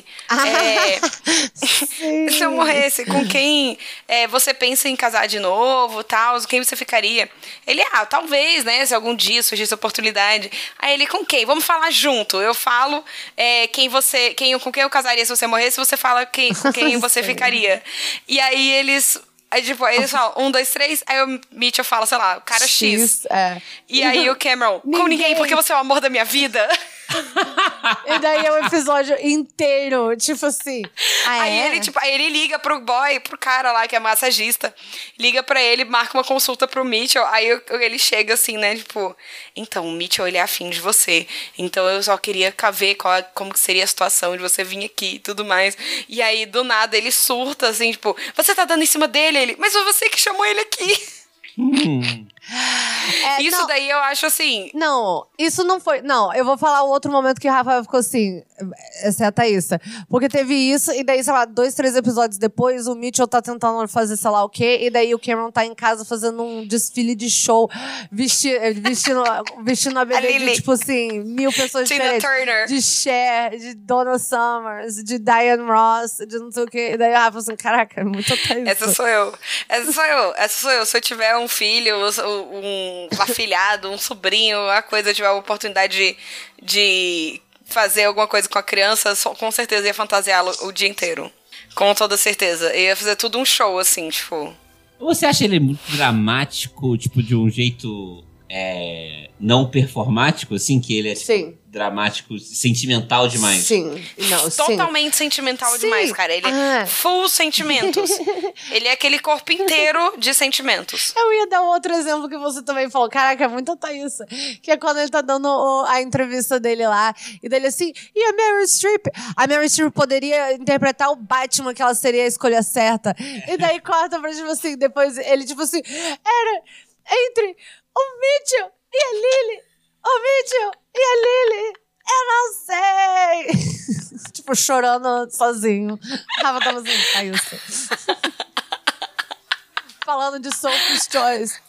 Se eu morresse, com quem você pensa em casar de novo, tal, quem você ficaria? Ele, talvez, né, se algum dia surgisse oportunidade. Aí ele, com quem? Vamos falar junto. Eu falo com quem eu casaria se você morresse, você fala com quem você ficaria. E aí eles falam, 1, 2, 3, aí o Mitchell fala, sei lá, o cara X. E aí o Cameron, com ninguém, porque você é o amor da minha vida. E daí é um episódio inteiro, tipo assim. Aí ele liga pro cara lá, que é massagista, liga pra ele, marca uma consulta pro Mitchell, aí ele chega assim, né, tipo, então, o Mitchell, ele é afim de você, então eu só queria ver como que seria a situação de você vir aqui e tudo mais. E aí, do nada, ele surta, assim, tipo, você tá dando em cima dele? Ele, mas foi você que chamou ele aqui. Isso não, daí eu acho assim... Não, isso não foi... Não, eu vou falar o outro momento que o Rafael ficou assim... Essa é a Thaísa. Porque teve isso, e daí, sei lá, 2, 3 episódios depois, o Mitchell tá tentando fazer sei lá o quê, e daí o Cameron tá em casa fazendo um desfile de show, vestindo a bebê de, tipo assim, 1000 pessoas Tina diferentes. Turner. De Cher, de Donna Summers, de Diane Ross, de não sei o quê. E daí o Rafa assim, caraca, é muito Thaísa. Essa sou eu. Se eu tiver um filho, um afilhado, um sobrinho, a coisa, tiver a oportunidade de fazer alguma coisa com a criança, com certeza ia fantasiá-lo o dia inteiro. Com toda certeza. Ia fazer tudo um show, assim, tipo... Você acha ele muito dramático, tipo, de um jeito não performático, assim? Que ele é, tipo, dramático, sentimental demais? Sim. Não, totalmente sentimental demais, cara. Ele é full sentimentos. Ele é aquele corpo inteiro de sentimentos. Eu ia dar um outro exemplo que você também falou. Caraca, é muito Thaísa. Que é quando ele tá dando a entrevista dele lá. E dele assim, e a Meryl Streep? A Meryl Streep poderia interpretar o Batman, que ela seria a escolha certa. E daí corta pra, tipo assim, depois ele, tipo assim, era entre o Mitchell e a Lily. O Mitchell e a Lily. Eu não sei. Tipo, chorando sozinho. Tava assim, Thaísa. Falando de Sophie's Choice.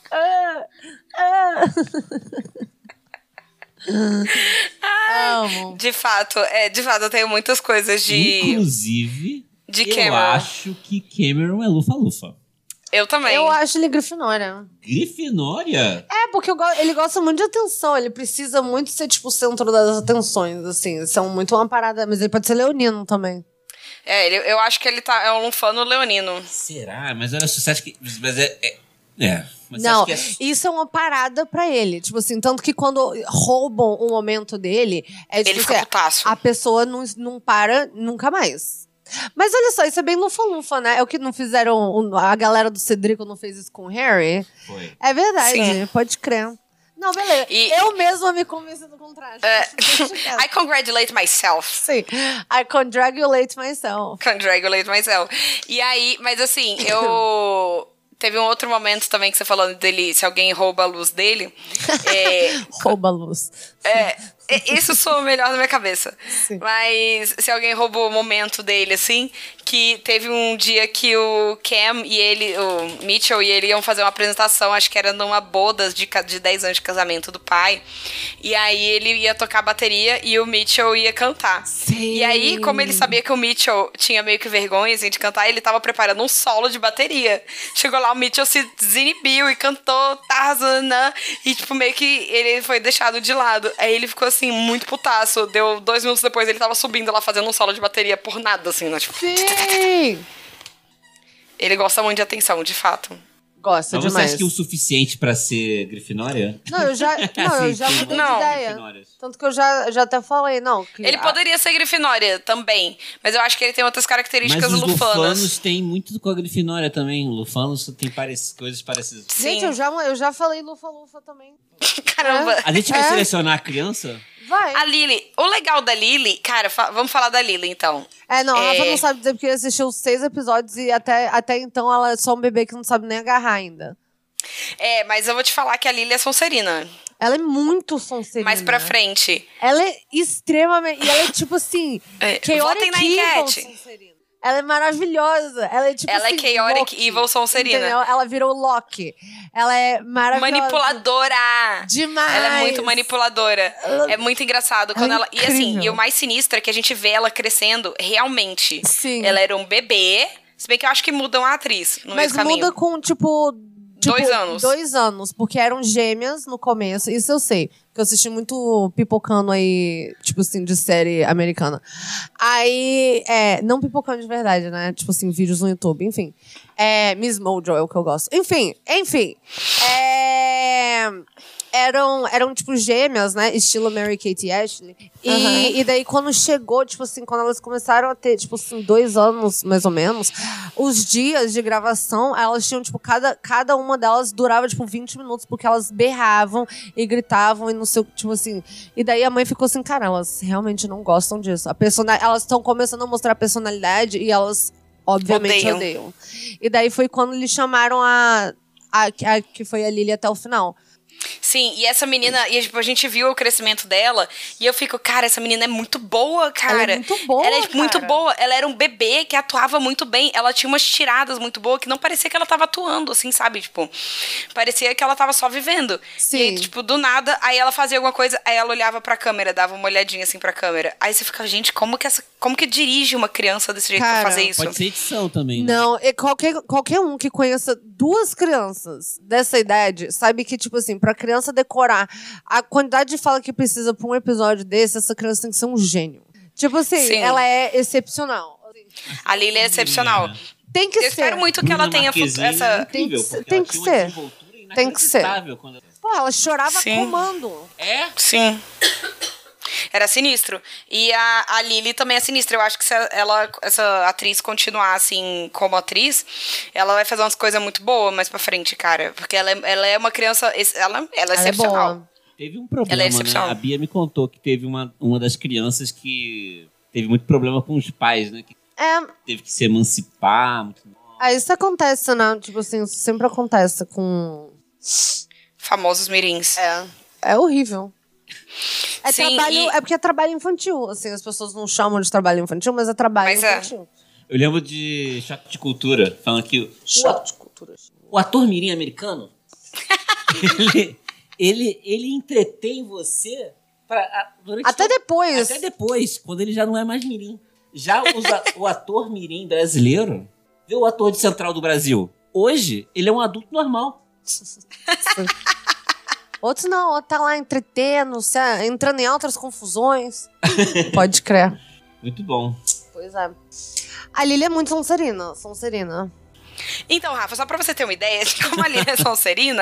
Amo. De fato, eu tenho muitas coisas de... Inclusive, de Cameron. Eu acho que Cameron é lufa-lufa. Eu também. Eu acho ele Grifinória. Grifinória? Porque ele gosta muito de atenção. Ele precisa muito ser, tipo, o centro das atenções, assim. São muito uma parada... Mas ele pode ser leonino também. Eu acho que ele é um lufano leonino. Será? Mas olha só, você acha que... Mas mas não, você acha que isso é uma parada pra ele. Tipo assim, tanto que quando roubam o momento dele... Ele fica putaço. A pessoa não para nunca mais. Mas olha só, isso é bem lufa-lufa, né? É o que não fizeram... A galera do Cedrico não fez isso com o Harry. Foi. É verdade, Sim. pode crer. Não, beleza. Eu mesma me convenci do contrário. I congratulate myself. Sim. I congratulate myself. Congratulate myself. E aí, mas assim, teve um outro momento também que você falou dele, se alguém rouba a luz dele. Rouba a luz. Isso soa melhor na minha cabeça. Sim. Mas se alguém roubou o momento dele, assim, que teve um dia que o Cam e ele, o Mitchell e ele iam fazer uma apresentação, acho que era numa boda de 10 anos de casamento do pai. E aí ele ia tocar bateria e o Mitchell ia cantar. Sim. E aí, como ele sabia que o Mitchell tinha meio que vergonha assim, de cantar, ele tava preparando um solo de bateria. Chegou lá, o Mitchell se desinibiu e cantou Tarzan, e tipo, meio que ele foi deixado de lado. Aí ele ficou assim, muito putaço. Deu 2 minutos depois, ele tava subindo lá, fazendo um solo de bateria por nada, assim, né? Tipo... Sim! Ele gosta muito de atenção, de fato. Gosto Mas demais. você acha que é o suficiente pra ser Grifinória? Não, eu já mudei de ideia. Tanto que eu já até falei, não. Que ele poderia ser Grifinória também, mas eu acho que ele tem outras características lufanas. lufanas. Mas os lufanos têm muito com a Grifinória também. Lufanos tem coisas parecidas. Sim. Gente, eu já falei lufa-lufa também. Caramba. A gente vai selecionar a criança? Vai. A Lily, o legal da Lily, cara, vamos falar da Lily então. A Rafa não sabe dizer porque ele assistiu 6 episódios e até então ela é só um bebê que não sabe nem agarrar ainda. Mas eu vou te falar que a Lily é Sonserina. Ela é muito Sonserina. Mais pra frente. Ela é extremamente... E ela é tipo assim... Votem na enquete. Sonserina. Ela é maravilhosa. Ela é tipo ela assim, é Chaotic Loki, Evil Sonserina. Entendeu? Ela virou Loki. Ela é maravilhosa. Manipuladora. Demais. Ela é muito manipuladora. É muito engraçado. Quando ela incrível. E assim, e o mais sinistro é que a gente vê ela crescendo realmente. Sim. Ela era um bebê. Se bem que eu acho que mudam a atriz no meio do caminho. Mas muda com, tipo 2 anos. 2 anos, porque eram gêmeas no começo. Isso eu sei. Porque eu assisti muito pipocando aí, tipo assim, de série americana. Aí, não pipocando de verdade, né? Tipo assim, vídeos no YouTube, enfim. Miss Mojo é o que eu gosto. Enfim. Eram, tipo, gêmeas, né? Estilo Mary-Kate e Ashley. E daí, quando chegou, tipo assim, quando elas começaram a ter, tipo assim, 2 anos, mais ou menos, os dias de gravação, elas tinham, tipo, cada uma delas durava, tipo, 20 minutos, porque elas berravam e gritavam e não sei, tipo assim. E daí a mãe ficou assim, cara, elas realmente não gostam disso. Elas estão começando a mostrar a personalidade e elas, obviamente, odeiam. E daí foi quando eles chamaram a que foi a Lily até o final. Sim, e essa menina, e tipo, a gente viu o crescimento dela, e eu fico, cara, essa menina é muito boa, cara. Ela é muito boa, Ela é muito boa. Ela era um bebê que atuava muito bem. Ela tinha umas tiradas muito boas que não parecia que ela tava atuando, assim, sabe? Tipo, parecia que ela tava só vivendo. Sim. E aí, tipo, do nada, aí ela fazia alguma coisa, aí ela olhava pra câmera, dava uma olhadinha assim pra câmera. Aí você fica, gente, como que dirige uma criança desse jeito pra fazer isso? Pode ser edição também, né? Não, qualquer um que conheça 2 crianças dessa idade sabe que, tipo assim, pra criança decorar a quantidade de fala que precisa pra um episódio desse, essa criança tem que ser um gênio. Tipo assim, Sim. ela é excepcional. A Lily é excepcional. Tem que ser. Eu espero muito que ela tenha essa... Tem que ser. Tem que ser. Pô, ela chorava comando. Sim. Era sinistro. E a Lily também é sinistra. Eu acho que se essa atriz continuar assim como atriz, ela vai fazer umas coisas muito boas mais pra frente, cara. Porque ela é uma criança... Ela é excepcional. Boa. Teve um problema, né? A Bia me contou que teve uma das crianças que teve muito problema com os pais, né? Que teve que se emancipar. Isso acontece, né? Tipo assim, isso sempre acontece com... famosos mirins. É horrível. Sim, É porque é trabalho infantil. Assim, as pessoas não chamam de trabalho infantil, mas é trabalho infantil. Eu lembro de Choque de Cultura, falando que Choque de Cultura. O ator mirim americano, ele entretém você até depois. Até depois, quando ele já não é mais mirim. Já o ator mirim brasileiro, vê o ator de Central do Brasil. Hoje, ele é um adulto normal. Outros não, outro tá lá entretendo, entrando em outras confusões. Pode crer. Muito bom. Pois é. A Lily é muito Sonserina. Então, Rafa, só pra você ter uma ideia de como a Lily é Sonserina...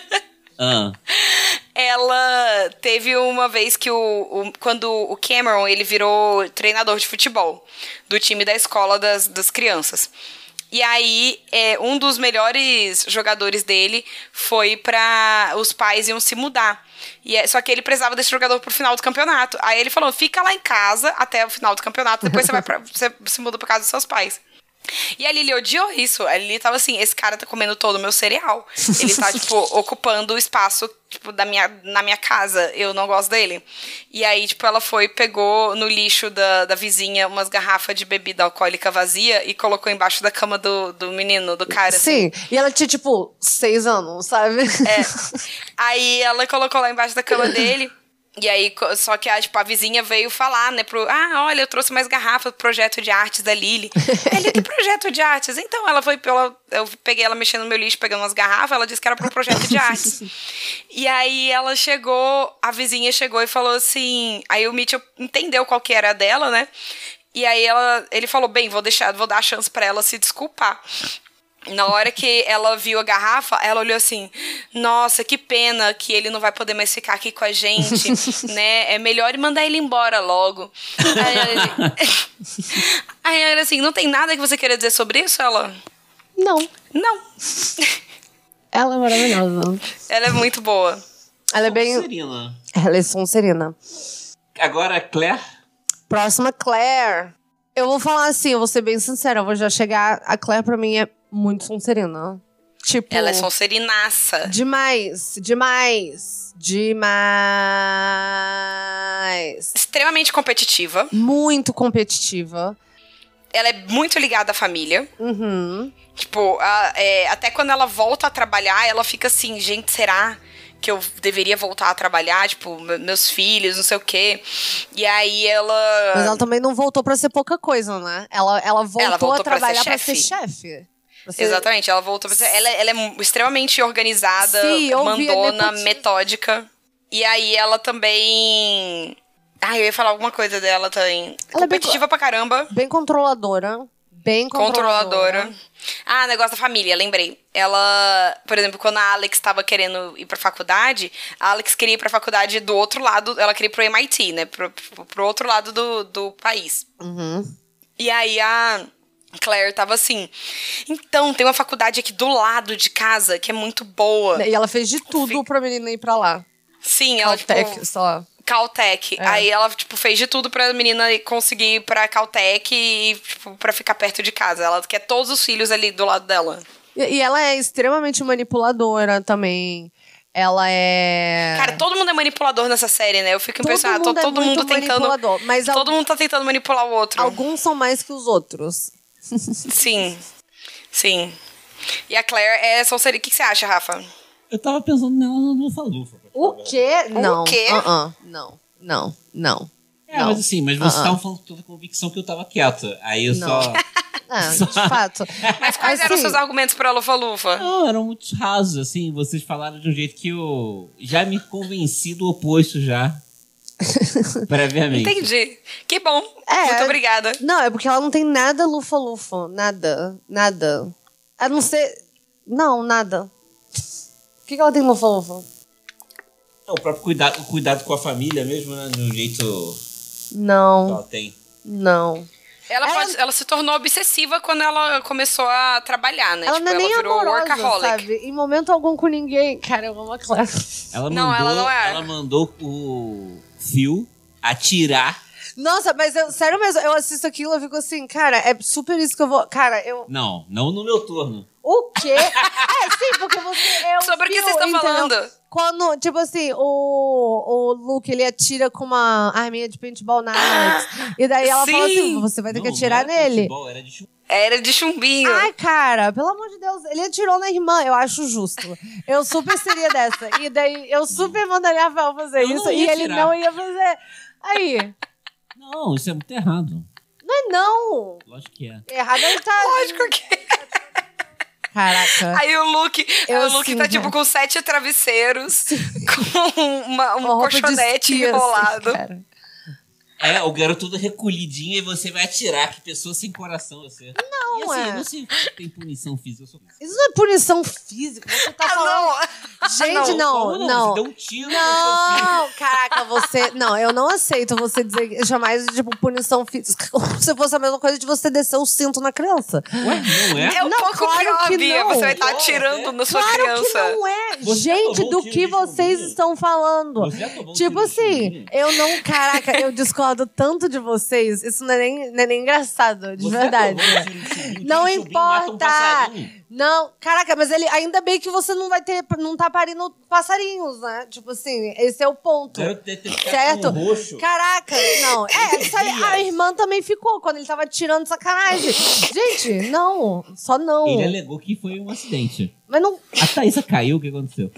Ela teve uma vez que quando o Cameron, ele virou treinador de futebol do time da escola das crianças. E aí, um dos melhores jogadores dele foi pra... Os pais iam se mudar. Só que ele precisava desse jogador pro final do campeonato. Aí ele falou, fica lá em casa até o final do campeonato, depois você se muda pra casa dos seus pais. E a Lily odiou isso. A Lily tava assim, esse cara tá comendo todo o meu cereal. Ele tá, tipo, ocupando o espaço, tipo, na minha casa. Eu não gosto dele. E aí, tipo, ela pegou no lixo da vizinha umas garrafas de bebida alcoólica vazia e colocou embaixo da cama do menino, do cara. Sim, assim. E ela tinha, tipo, 6 anos, sabe? Aí ela colocou lá embaixo da cama dele. E aí, só que a vizinha veio falar, né, olha, eu trouxe mais garrafa do projeto de artes da Lily. Ele, que projeto de artes? Então, eu peguei ela mexendo no meu lixo, pegando umas garrafas, ela disse que era para um projeto de artes. E aí, a vizinha chegou e falou assim, aí o Mitchell entendeu qual que era a dela, né, e aí ele falou, bem, vou dar a chance para ela se desculpar. Na hora que ela viu a garrafa, ela olhou assim, nossa, que pena que ele não vai poder mais ficar aqui com a gente, né? É melhor mandar ele embora logo. Aí ela assim, não tem nada que você queira dizer sobre isso? Ela... Não. Ela é maravilhosa. Ela é muito boa. Ela é bem... Sonserina. Ela é Sonserina. Agora, Claire. Próxima, Claire. Eu vou falar assim, eu vou ser bem sincera, eu vou já chegar... A Claire, pra mim, é muito Sonserina. Tipo... Ela é Sonserinaça. Demais. Extremamente competitiva. Muito competitiva. Ela é muito ligada à família. Uhum. Tipo, até quando ela volta a trabalhar, ela fica assim, gente, será que eu deveria voltar a trabalhar? Tipo, meus filhos, não sei o quê. E aí ela... Mas ela também não voltou pra ser pouca coisa, né? Ela voltou a trabalhar pra ser chefe. Exatamente, ela voltou pra ser... Ela é extremamente organizada, Sim, mandona, metódica. E aí ela também... eu ia falar alguma coisa dela também. Ela competitiva pra caramba. Bem controladora. Negócio da família, lembrei. Ela, por exemplo, quando a Alex tava querendo ir pra faculdade, a Alex queria ir pra faculdade do outro lado, ela queria ir pro MIT, né? Pro outro lado do país. Uhum. E aí a Claire tava assim, então, tem uma faculdade aqui do lado de casa que é muito boa. E ela fez de tudo pra menina ir pra lá. Sim, ela, Caltech, só. Caltech. Aí ela, tipo, fez de tudo pra menina conseguir ir pra Caltech e, tipo, pra ficar perto de casa. Ela quer todos os filhos ali do lado dela. E ela é extremamente manipuladora também. Ela é... Cara, todo mundo é manipulador nessa série, né? Eu fico impressionada. Todo mundo tentando... Mas todo mundo tá tentando manipular o outro. Alguns são mais que os outros. Sim. E a Claire é Sonserina. O que você acha, Rafa? Eu tava pensando nela no Lufa-Lufa. O quê? Não. O quê? Não. Mas assim, mas você tava falando com toda a convicção que eu tava quieta. Aí eu só... de fato. Mas quais eram os seus argumentos pra Lufa-Lufa? Não, eram muito rasos, assim. Vocês falaram de um jeito que eu já me convenci do oposto já. Previamente. Entendi. Que bom. Muito obrigada. Não, é porque ela não tem nada Lufa-Lufa. Nada. A não ser... Não, nada. O que ela tem Lufa-Lufa? O próprio cuidado com a família mesmo, né? Do jeito não. que ela tem. Não. Ela se tornou obsessiva quando ela começou a trabalhar, né? Ela não é nem virou amorosa, workaholic. Sabe? Em momento algum com ninguém. Cara, eu amo a Claire. Ela não é. Ela mandou o Phil atirar. Nossa, mas sério mesmo, eu assisto aquilo e fico assim, cara, é super isso que eu vou... Cara, eu... Não no meu turno. O quê? Sim, porque você é o Sobre o que vocês estão falando? Quando, tipo assim, o Luke, ele atira com uma arminha de paintball na Alex. E daí ela fala assim, você vai ter que atirar nele. Era de chumbinho. Ai, cara, pelo amor de Deus, ele atirou na irmã, eu acho justo. Eu super seria dessa. E daí eu super mandaria a Rafael fazer isso. E ele não ia fazer. Aí... Não, isso é muito errado. Não é não. Lógico que é. Errado ele tá... Lógico que é. Caraca. Aí o Luke tá tipo com 7 travesseiros, com um colchonete enrolado. Cara. O garoto todo recolhidinho e você vai atirar. Que pessoa sem coração você. Não, e assim, não se tem punição física. Isso não é punição física. Você tá falando... Gente, não. Você deu um tiro não, caraca, você... Não, eu não aceito você chamar isso de, tipo, punição física. Como se fosse a mesma coisa de você descer o cinto na criança. Ué, não é? É um pouco pior, Bia. Você vai estar atirando na sua criança. Claro que não é. Gente, do que vocês estão falando? Tipo assim, eu não... Caraca, eu discordo tanto de vocês. Isso não é nem engraçado, de verdade. Não importa. Não, caraca, mas ele ainda bem que você não tá parindo passarinhos, né? Tipo assim, esse é o ponto. Certo? Caraca, não. A irmã também ficou quando ele tava tirando sacanagem. Gente, não, só não. Ele alegou que foi um acidente. Mas não. A Thaísa caiu, o que aconteceu?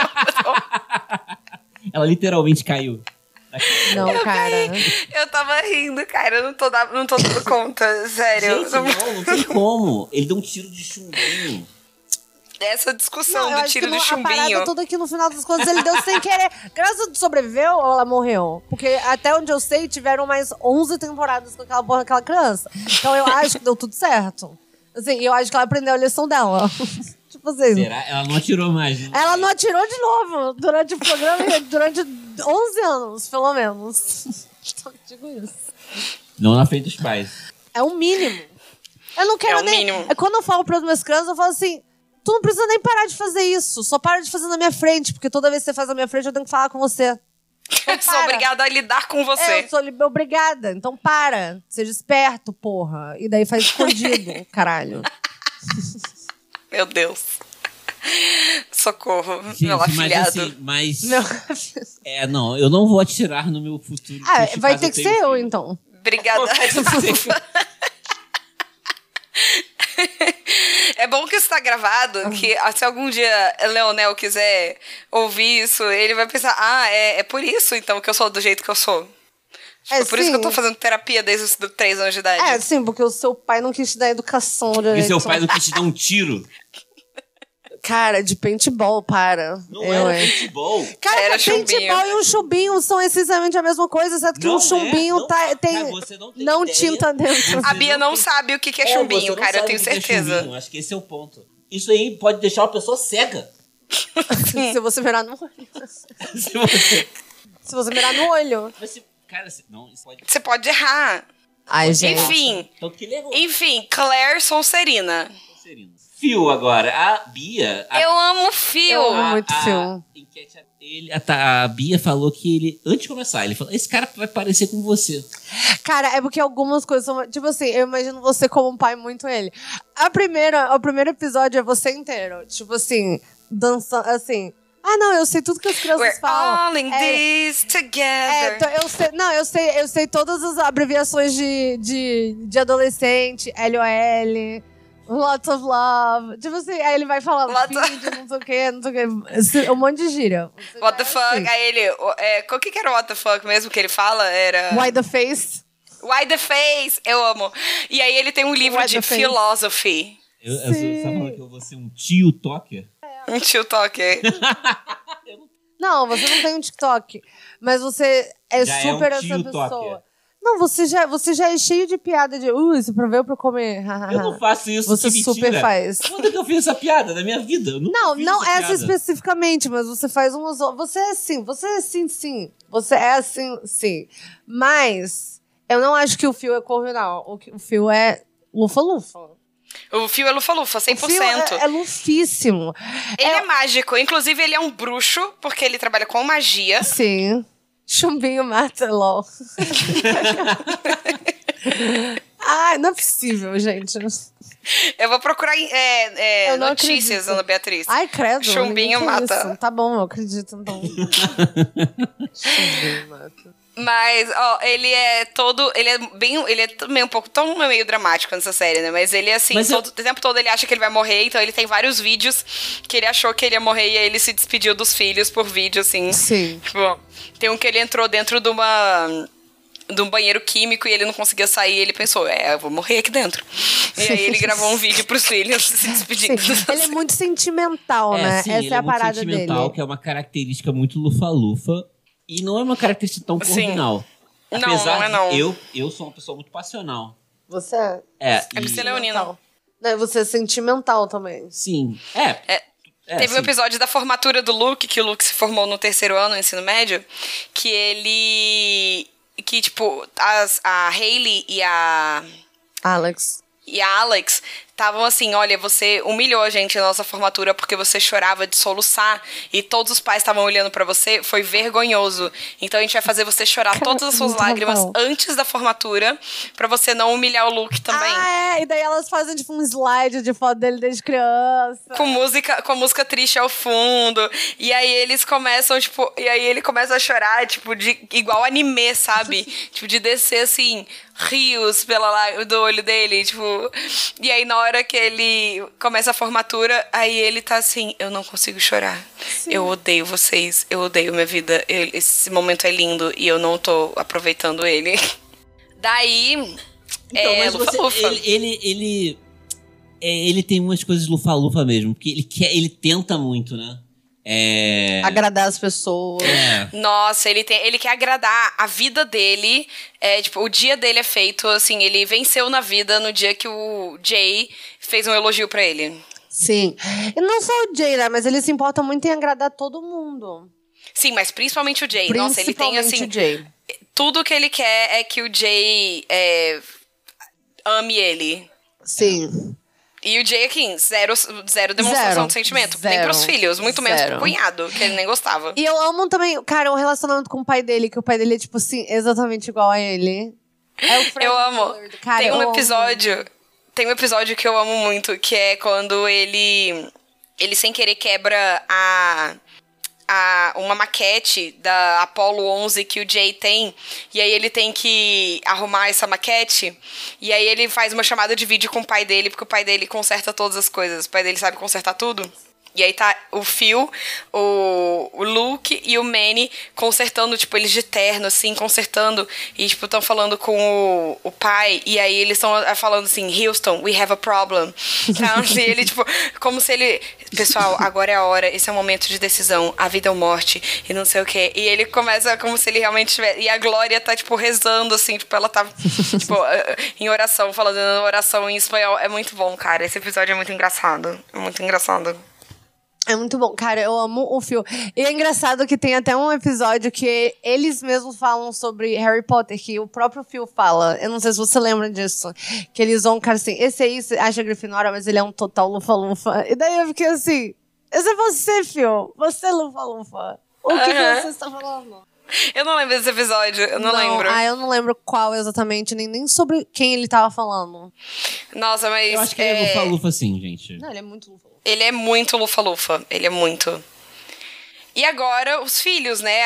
Ela literalmente caiu. Não, cara. Eu tava rindo, cara. Eu não tô dando conta, sério. Gente, não tem como. Ele deu um tiro de chumbinho. Essa discussão do tiro de chumbinho. A parada toda aqui no final das contas ele deu sem querer. Graças sobreviveu ou ela morreu? Porque até onde eu sei, tiveram mais 11 temporadas com aquela criança. Então eu acho que deu tudo certo. Assim, eu acho que ela aprendeu a lição dela. Tipo assim. Será? Ela não atirou mais. Né? Ela não atirou de novo durante o programa, durante 11 anos, pelo menos. Só digo isso. Não na frente dos pais. É o mínimo. Eu não quero nem... mínimo. Quando eu falo para as minhas crianças, eu falo assim... Tu não precisa nem parar de fazer isso. Só para de fazer na minha frente. Porque toda vez que você faz na minha frente, eu tenho que falar com você. Eu sou obrigada a lidar com você. Eu sou obrigada. Então para. Seja esperto, porra. E daí faz escondido, caralho. Meu Deus. Socorro, gente, meu afilhado. Não, eu não vou atirar no meu futuro. Vai ter que ser eu, então. Obrigada. É bom que isso tá gravado, que se algum dia Leonel quiser ouvir isso, ele vai pensar, é por isso, então, que eu sou do jeito que eu sou. Por isso que eu tô fazendo terapia desde os 3 anos de idade. Sim, porque o seu pai não quis te dar educação. Porque seu pai não quis te dar um tiro. Cara, de paintball, para. Não era paintball. Cara, era paintball e um chumbinho são essencialmente a mesma coisa, exceto que um chumbinho tem não tinta dentro. A Bia não sabe o que é chumbinho, cara, eu tenho certeza. Acho que esse é o ponto. Isso aí pode deixar uma pessoa cega. Se você mirar no olho. Se você mirar no olho. Você pode errar. Ai, gente. Enfim, Claire Sonserina. Phil agora. A Bia... Eu amo Phil. Eu amo muito Phil. A Bia falou que ele... Antes de começar, ele falou... Esse cara vai parecer com você. Cara, é porque algumas coisas são... Tipo assim, eu imagino você como um pai muito ele. O primeiro episódio é você inteiro. Tipo assim, dançando... Assim... não, eu sei tudo que as crianças falam. All in this together. Eu sei todas as abreviações de adolescente, LOL... Lots of love. Tipo assim, aí ele vai falando vídeo, não sei o que. Um monte de gíria. What the fuck? Assim. Aí ele... qual que era o what the fuck mesmo que ele fala? Era... Why the face? Why the face? Eu amo. E aí ele tem um livro de philosophy. Você tá falando que eu vou ser um tio talker? Um tio talker. Não, você não tem um TikTok. Mas você já super essa pessoa. Talker. Não, você já é cheio de piada de... isso proveu pra eu comer. Eu não faço isso, você super faz. Quando é que eu fiz essa piada na minha vida? Não essa especificamente, mas você faz umas... Você é assim, sim. Você é assim, sim. Mas eu não acho que o Phil é corvinal. O Phil é lufa-lufa. O Phil é lufa-lufa, 100%. O Phil é lufíssimo. Ele é mágico. Inclusive, ele é um bruxo, porque ele trabalha com magia. Sim. Chumbinho mata, lol. Não é possível, gente. Eu vou procurar notícias, Ana Beatriz. Ai, credo. Chumbinho mata. Isso. Tá bom, eu acredito, então. Chumbinho mata. Mas, ele é todo... Ele é também um pouco... Tão meio dramático nessa série, né? Mas ele, assim, o tempo todo ele acha que ele vai morrer. Então, ele tem vários vídeos que ele achou que ele ia morrer. E aí, ele se despediu dos filhos por vídeo, assim. Sim. Tipo, tem um que ele entrou dentro de um banheiro químico e ele não conseguia sair. E ele pensou, eu vou morrer aqui dentro. E aí, ele gravou um vídeo pros filhos se despedindo. Ele é muito sentimental, né? Sim, essa é a parada dele. Ele é muito sentimental, que é uma característica muito lufa-lufa. E não é uma característica tão corvinal. Apesar não. Eu sou uma pessoa muito passional. Você é? É você é leonino. Você é sentimental também. Sim. Teve um episódio da formatura do Luke, que o Luke se formou no 3º ano do ensino médio, que, tipo, a Hailey e a Alex estavam assim, olha, você humilhou a gente na nossa formatura porque você chorava de soluçar e todos os pais estavam olhando pra você, foi vergonhoso. Então a gente vai fazer você chorar todas as suas lágrimas antes da formatura pra você não humilhar o Luke também. E daí elas fazem tipo um slide de foto dele desde criança. Com música triste ao fundo. E aí eles começam, tipo, ele começa a chorar, tipo, igual anime, sabe? Tipo, de descer assim, rios do olho dele, tipo. E aí na hora que ele começa a formatura, aí ele tá assim, eu não consigo chorar. Sim. Eu odeio vocês, eu odeio minha vida. Esse momento é lindo e eu não tô aproveitando ele. Daí, mas lufa-lufa. Ele tem umas coisas lufa-lufa mesmo, porque ele tenta muito, né? Agradar as pessoas. Nossa, ele quer agradar a vida dele. Tipo, o dia dele é feito, assim, ele venceu na vida no dia que o Jay fez um elogio pra ele. Sim. E não só o Jay, né? Mas ele se importa muito em agradar todo mundo. Sim, mas principalmente o Jay. Nossa, ele tem, assim... o Jay. Tudo que ele quer é que o Jay ame ele. Sim. E o Jay aqui, zero demonstração de sentimento. Nem pros filhos, muito menos pro cunhado, que ele nem gostava. E eu amo também, cara, o relacionamento com o pai dele, que o pai dele é, tipo assim, exatamente igual a ele. É o Fred eu amo. Willard. Cara, tem um episódio que eu amo muito, que é quando ele sem querer quebra uma maquete da Apollo 11 que o Jay tem, e aí ele tem que arrumar essa maquete, e aí ele faz uma chamada de vídeo com o pai dele, porque o pai dele conserta todas as coisas, o pai dele sabe consertar tudo. E aí tá o Phil, o Luke e o Manny consertando, tipo, eles de terno, assim, consertando. E, tipo, estão falando com o pai. E aí eles estão falando assim, Houston, we have a problem. Então, e ele, tipo, como se ele... Pessoal, agora é a hora, esse é o momento de decisão. A vida ou morte, e não sei o quê. E ele começa como se ele realmente tivesse... E a Glória tá, tipo, rezando, assim, tipo, ela tá, tipo, em oração, falando oração em espanhol. É muito bom, cara. Esse episódio é muito engraçado. É muito engraçado. É muito bom. Cara, eu amo o Phil. E é engraçado que tem até um episódio que eles mesmos falam sobre Harry Potter, que o próprio Phil fala. Eu não sei se você lembra disso. Que eles vão, cara, assim, esse aí você acha Grifinória, mas ele é um total lufa-lufa. E daí eu fiquei assim, esse é você, Phil. Você é lufa-lufa. O que você está falando? Eu não lembro desse episódio, eu não lembro. Eu não lembro qual exatamente, nem sobre quem ele tava falando. Nossa, mas... Eu acho que ele é lufa-lufa sim, gente. Não, ele é muito lufa-lufa. Ele é muito lufa-lufa, ele é muito. E agora, os filhos, né?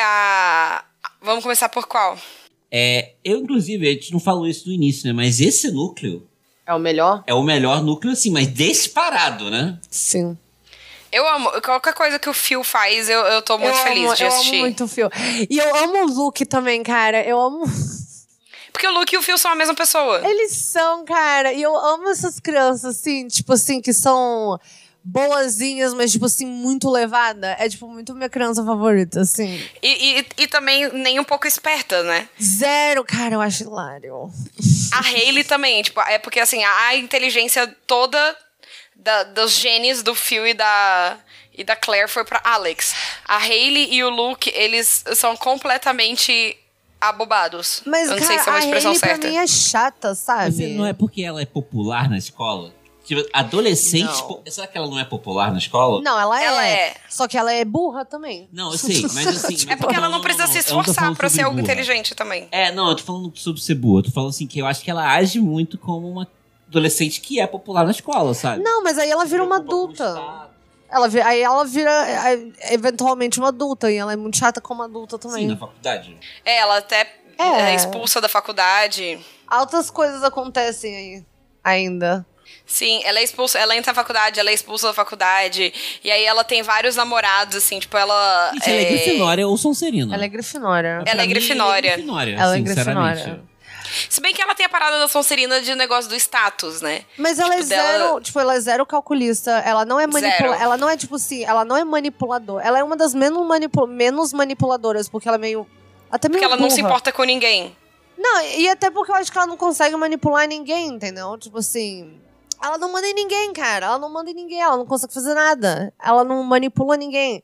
Vamos começar por qual? Eu, inclusive, a gente não falou isso no início, né? Mas esse núcleo... É o melhor? É o melhor núcleo, assim, mas disparado, né? Sim. Eu amo. Qualquer coisa que o Phil faz, eu tô muito feliz de assistir. Eu amo muito o Phil. E eu amo o Luke também, cara. Eu amo... Porque o Luke e o Phil são a mesma pessoa. Eles são, cara. E eu amo essas crianças, assim, tipo assim, que são boazinhas, mas, tipo assim, muito levada. É, tipo, muito minha criança favorita, assim. E também nem um pouco esperta, né? Zero, cara, eu acho hilário. A Hailey também, tipo, é porque, assim, a inteligência toda dos genes do Phil e da Claire foi pra Alex. A Hailey e o Luke, eles são completamente abobados. Mas, eu não cara, sei se é uma expressão a Hailey certa. pra mim é chata, sabe? Mas não é porque ela é popular na escola? Tipo, adolescente... Será que ela não é popular na escola? Não, ela é. Só que ela é burra também. Não, eu sei, mas assim... É porque ela não precisa se esforçar pra ser algo inteligente também. Não, eu tô falando sobre ser burra. Eu tô falando assim, que eu acho que ela age muito como uma adolescente que é popular na escola, sabe? Não, mas aí ela vira uma adulta. Aí ela vira, eventualmente, uma adulta. E ela é muito chata como adulta também. Sim, na faculdade. Ela até é expulsa da faculdade. Altas coisas acontecem aí, ainda. Sim, ela entra na faculdade, ela é expulsa da faculdade. E aí ela tem vários namorados, assim, tipo, ela... Gente, ela é Grifinória ou Sonserina? Ela é Grifinória. Ela é Grifinória. Ela é Grifinória. Se bem que ela tem a parada da Sonserina de negócio do status, né? Mas ela ela é zero calculista. Ela não é manipuladora. Ela não é, tipo assim, ela não é manipuladora. Ela é uma das menos manipuladoras, porque ela é meio... Até meio porque ela burra. não se importa com ninguém. Não, e até porque eu acho que ela não consegue manipular ninguém, entendeu? Tipo assim... Ela não manda em ninguém, cara. Ela não manda em ninguém. Ela não consegue fazer nada. Ela não manipula ninguém.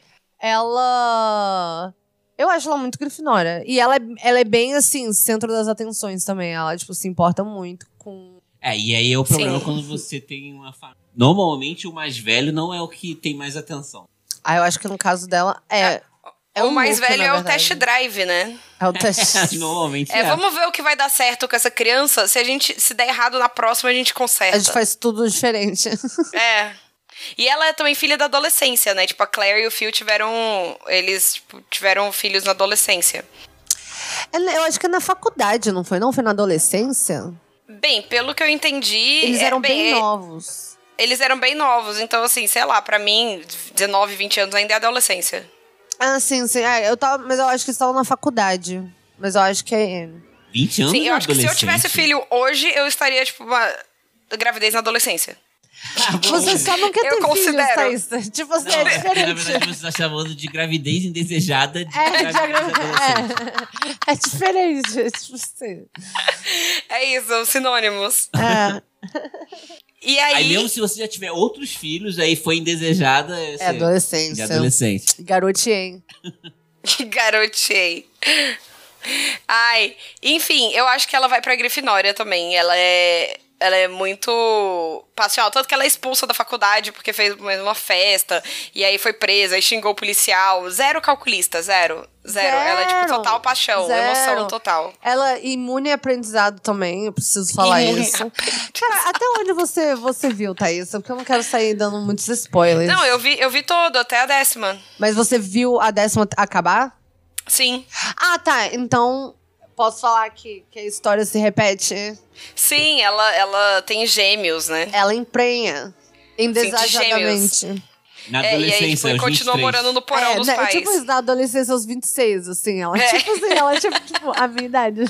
Eu acho ela muito Grifinória. E ela é bem, assim, centro das atenções também. Ela, tipo, se importa muito com... E aí é o problema quando você tem uma família. Normalmente, o mais velho não é o que tem mais atenção. Eu acho que no caso dela o mais velho é o test drive, né? É o test. Normalmente Vamos ver o que vai dar certo com essa criança. Se der errado na próxima, a gente conserta. A gente faz tudo diferente. E ela é também filha da adolescência, né? Tipo, a Claire e o Phil tiveram filhos na adolescência. Eu acho que é na faculdade, não foi? Não foi na adolescência? Bem, pelo que eu entendi... Eles eram bem novos. Eles eram bem novos. Então, assim, sei lá, pra mim, 19, 20 anos ainda é adolescência. Sim. Mas eu acho que estavam na faculdade. Mas eu acho que é... 20 anos. Sim, eu acho que se eu tivesse filho hoje, eu estaria, tipo, uma gravidez na adolescência. Você só não quer ter filhos, Thaís. Tipo, você é diferente. Na verdade, você tá chamando de gravidez indesejada de é diferente. Tipo assim. É isso, sinônimos. E aí mesmo se você já tiver outros filhos, aí foi indesejada... É adolescência. De adolescente. Garotiei. Garotiei. Ai, enfim, eu acho que ela vai pra Grifinória também. Ela é muito passional. Tanto que ela é expulsa da faculdade porque fez uma festa. E aí foi presa, aí xingou o policial. Zero calculista, zero. Ela é tipo total paixão, emoção total. Ela é imune a aprendizado também, eu preciso falar isso. Cara, até onde você viu, Thaís? Porque eu não quero sair dando muitos spoilers. Não, eu vi todo, até a 10ª. Mas você viu a 10ª acabar? Sim. Ah, tá. Então, posso falar que a história se repete? Sim, ela tem gêmeos, né? Ela emprenha indesejadamente. Na adolescência, e aí, tipo, continua morando no porão dos pais. Tipo isso, na adolescência, aos 26, assim. Ela tipo assim, ela é tipo a minha idade.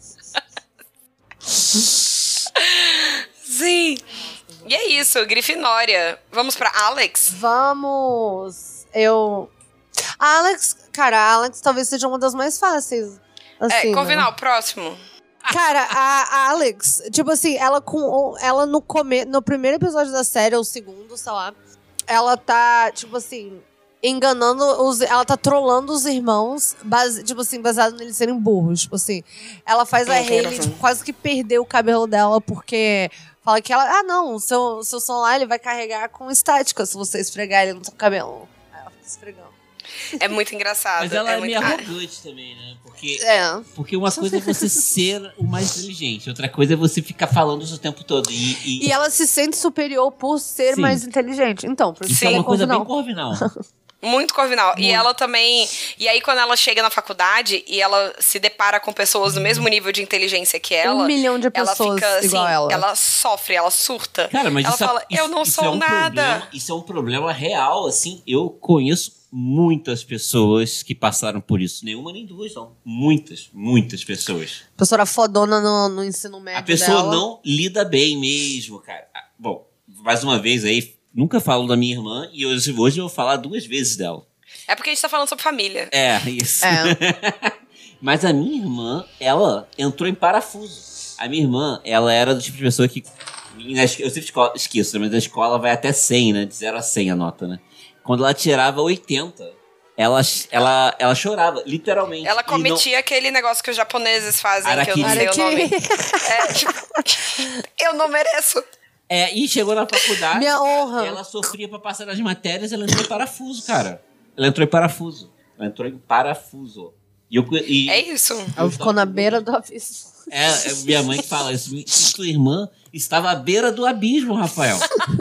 Sim. E é isso, Grifinória. Vamos pra Alex? Vamos. Alex talvez seja uma das mais fáceis. Assim, Corvinal, próximo. Cara, a Alex, tipo assim, ela no primeiro episódio da série, ou segundo, sei lá, ela tá, tipo assim, enganando ela tá trollando os irmãos, tipo assim, baseado neles serem burros. Tipo assim, ela faz a Hailey tipo, quase que perder o cabelo dela, porque fala que ela, não, o seu som lá, ele vai carregar com estática se você esfregar ele no seu cabelo. Aí ela fica esfregando. É muito engraçado. Mas ela é meio arrogante também, né? Porque uma coisa é você ser o mais inteligente, outra coisa é você ficar falando isso o tempo todo. E ela se sente superior por ser mais inteligente. Então, por isso é uma coisa bem Corvinal. Muito Corvinal. Muito. E ela também... E aí, quando ela chega na faculdade e ela se depara com pessoas do mesmo nível de inteligência que ela... 1 milhão de pessoas ela fica, igual assim, ela. Ela sofre, ela surta. Cara, mas ela fala, eu não sou nada. Isso é um problema real, assim. Eu conheço muitas pessoas que passaram por isso. Nenhuma nem duas, não. Muitas pessoas. A pessoa era fodona no ensino médio A pessoa dela. não lida bem mesmo, cara. Bom, mais uma vez aí... Nunca falo da minha irmã e hoje eu vou falar 2 vezes dela. É porque a gente tá falando sobre família. É, isso. Mas a minha irmã, ela entrou em parafuso. A minha irmã, ela era do tipo de pessoa que... Eu sempre esqueço, mas na escola vai até 100, né? De 0 a 100 a nota, né? Quando ela tirava 80, ela chorava, literalmente. Ela cometia aquele negócio que os japoneses fazem, que eu não sei o nome. Eu não mereço. E chegou na faculdade, minha honra. Ela sofria pra passar nas matérias, ela entrou em parafuso, cara. Ela entrou em parafuso. É isso. Ela ficou na beira do abismo. É minha mãe que fala isso. Sua irmã estava à beira do abismo, Rafael.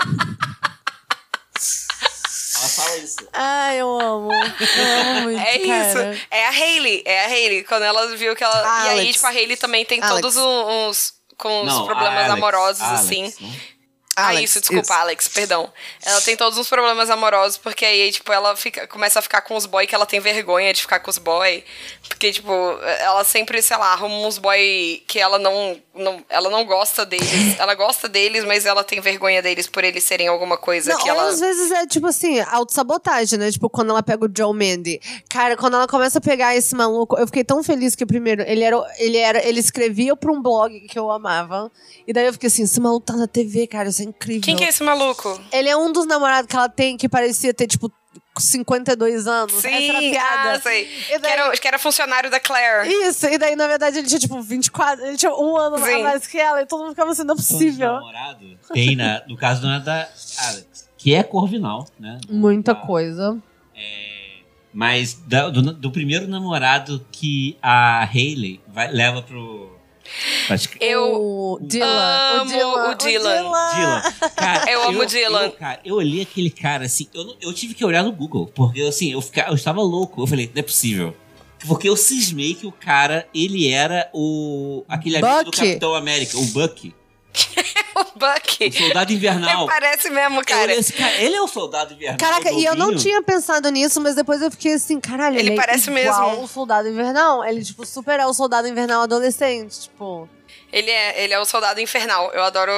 Ela fala isso. Eu amo muito, cara. Isso. É a Hailey. Quando ela viu que ela... Alex. E aí, tipo, a Hailey também tem todos uns problemas amorosos, assim. Alex, desculpa, Alex, perdão. Ela tem todos uns problemas amorosos, porque aí, tipo, ela começa a ficar com os boy que ela tem vergonha de ficar com os boy. Porque, tipo, ela sempre, sei lá, arruma uns boy que ela não gosta deles. Ela gosta deles, mas ela tem vergonha deles por eles serem alguma coisa que ela... Às vezes é, tipo assim, autossabotagem, né? Tipo, quando ela pega o Joe Mandy. Cara, quando ela começa a pegar esse maluco, eu fiquei tão feliz que, primeiro, ele escrevia pra um blog que eu amava. E daí eu fiquei assim, esse maluco tá na TV, cara, isso é incrível. Quem que é esse maluco? Ele é um dos namorados que ela tem, que parecia ter, tipo, 52 anos. Sim, essa era a piada. Sei. Daí... Que era funcionário da Claire. Isso, e daí, na verdade, ele tinha, tipo, 24, ele tinha 1 ano a mais que ela, e todo mundo ficava assim, não é possível. Namorado tem, no caso, não é da Alex, que é Corvinal, né? Muita coisa. Mas do primeiro namorado que a Hailey leva pro... Eu amo o Dylan. Cara, eu amo o Dylan. Eu olhei aquele cara assim, eu tive que olhar no Google, porque assim, eu estava louco. Eu falei, não é possível. Porque eu cismei que o cara, ele era aquele amigo do Capitão América, o Bucky. O Bucky. O Soldado Invernal. Ele parece mesmo, cara. Ele é o Soldado Invernal. Caraca, e eu não tinha pensado nisso, mas depois eu fiquei assim, caralho, ele parece é igual mesmo o Soldado Invernal. Ele, tipo, super é o Soldado Invernal adolescente, tipo... Ele é o Soldado Infernal. Eu adoro...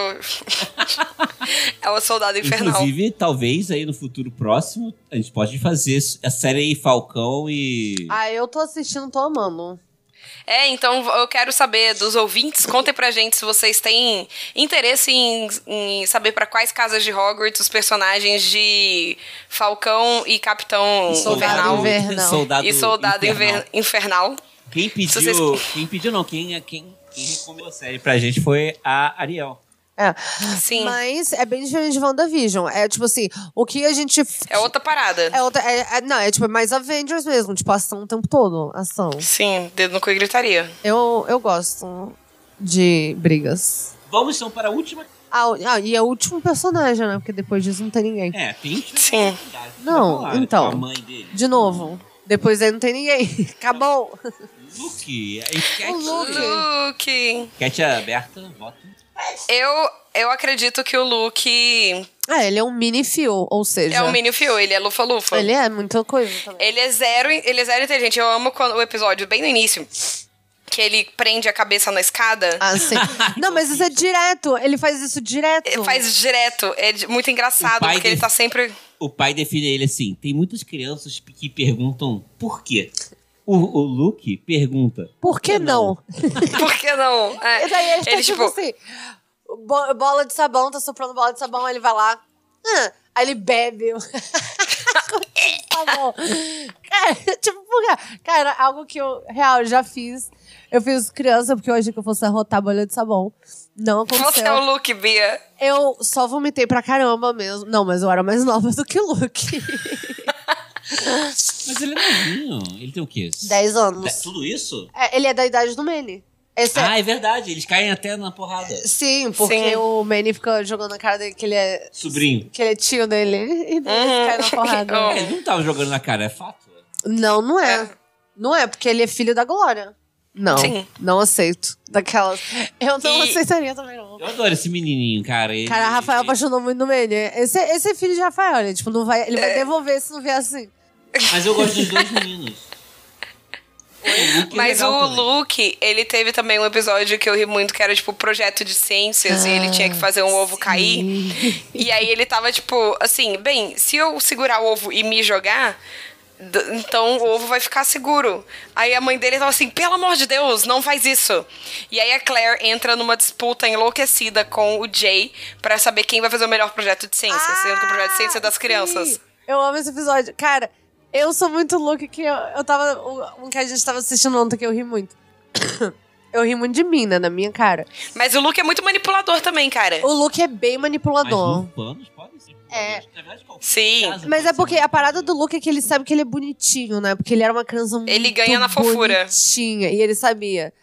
É o Soldado Infernal. Inclusive, talvez aí no futuro próximo, a gente pode fazer a série Falcão e... Eu tô assistindo, tô amando. Então eu quero saber dos ouvintes, contem pra gente se vocês têm interesse em saber pra quais casas de Hogwarts os personagens de Falcão e Capitão Infernal e Soldado Infernal. Quem recomendou a série pra gente foi a Ariel. Sim. Mas é bem diferente de WandaVision. É tipo assim, o que a gente... É outra parada. Não, é tipo mais Avengers mesmo. Tipo, ação o tempo todo. Ação. Sim, dedo no cu e gritaria. Eu gosto de brigas. Vamos então para a última... E é o último personagem, né? Porque depois disso não tem ninguém. Tem. Sim. Não, então. A mãe dele. De novo. Depois aí não tem ninguém. Acabou. Luke. Luke. Cat aberta, voto. Eu acredito que o Luke... ele é um mini Phil, ou seja... É um mini Phil, ele é lufa-lufa. Ele é muita coisa também. Ele é zero inteligente. Eu amo o episódio, bem no início, que ele prende a cabeça na escada. Sim. Não, mas isso é direto. Ele faz isso direto. Ele faz direto. É muito engraçado, porque ele tá sempre... O pai define ele assim, tem muitas crianças que perguntam por quê. O Luke pergunta... Por que não? Por que não? E daí ele tá tipo assim... Bola de sabão, tá soprando bola de sabão, aí ele vai lá... aí ele bebe... Cara, tipo, cara, algo que eu, real, já fiz. Eu fiz criança porque eu achei que eu fosse arrotar bolha de sabão. Não aconteceu. Você é o Luke, Bia. Eu só vomitei pra caramba mesmo. Não, mas eu era mais nova do que o Luke. Mas ele é novinho. Ele tem o quê? 10 anos. Tudo isso? Ele é da idade do Manny. É verdade. Eles caem até na porrada. Sim, porque o Manny fica jogando na cara dele que ele é... Sobrinho. Que ele é tio dele. E daí eles caem na porrada. Ele não tava jogando na cara, é fato? Não é. Não é, porque ele é filho da Glória. Não, não aceito. Daquelas... Eu não aceitaria também, não. Eu adoro esse menininho, cara. Cara, Rafael apaixonou muito no Manny. Esse é filho de Rafael, ele, tipo, não vai, ele vai devolver se não vier assim. Mas eu gosto dos dois meninos. Mas o Luke, ele teve também um episódio que eu ri muito, que era, tipo, projeto de ciências, e ele tinha que fazer um ovo cair. E aí ele tava, tipo, assim, bem, se eu segurar o ovo e me jogar... Então o ovo vai ficar seguro. Aí a mãe dele tava assim, pelo amor de Deus, não faz isso. E aí a Claire entra numa disputa enlouquecida com o Jay pra saber quem vai fazer o melhor projeto de ciência, sendo que o projeto de ciência é das crianças. Eu amo esse episódio. Cara, eu sou muito louca que eu tava... Um que a gente tava assistindo ontem que eu ri muito. Eu ri muito de mim, né, na minha cara. Mas o Luke é muito manipulador também, cara. O Luke é bem manipulador. Mas pode ser. Sim. Mas é porque a parada do Luke é que ele sabe que ele é bonitinho, né? Porque ele era uma criança muito ele ganha na fofura. Bonitinha, e ele sabia.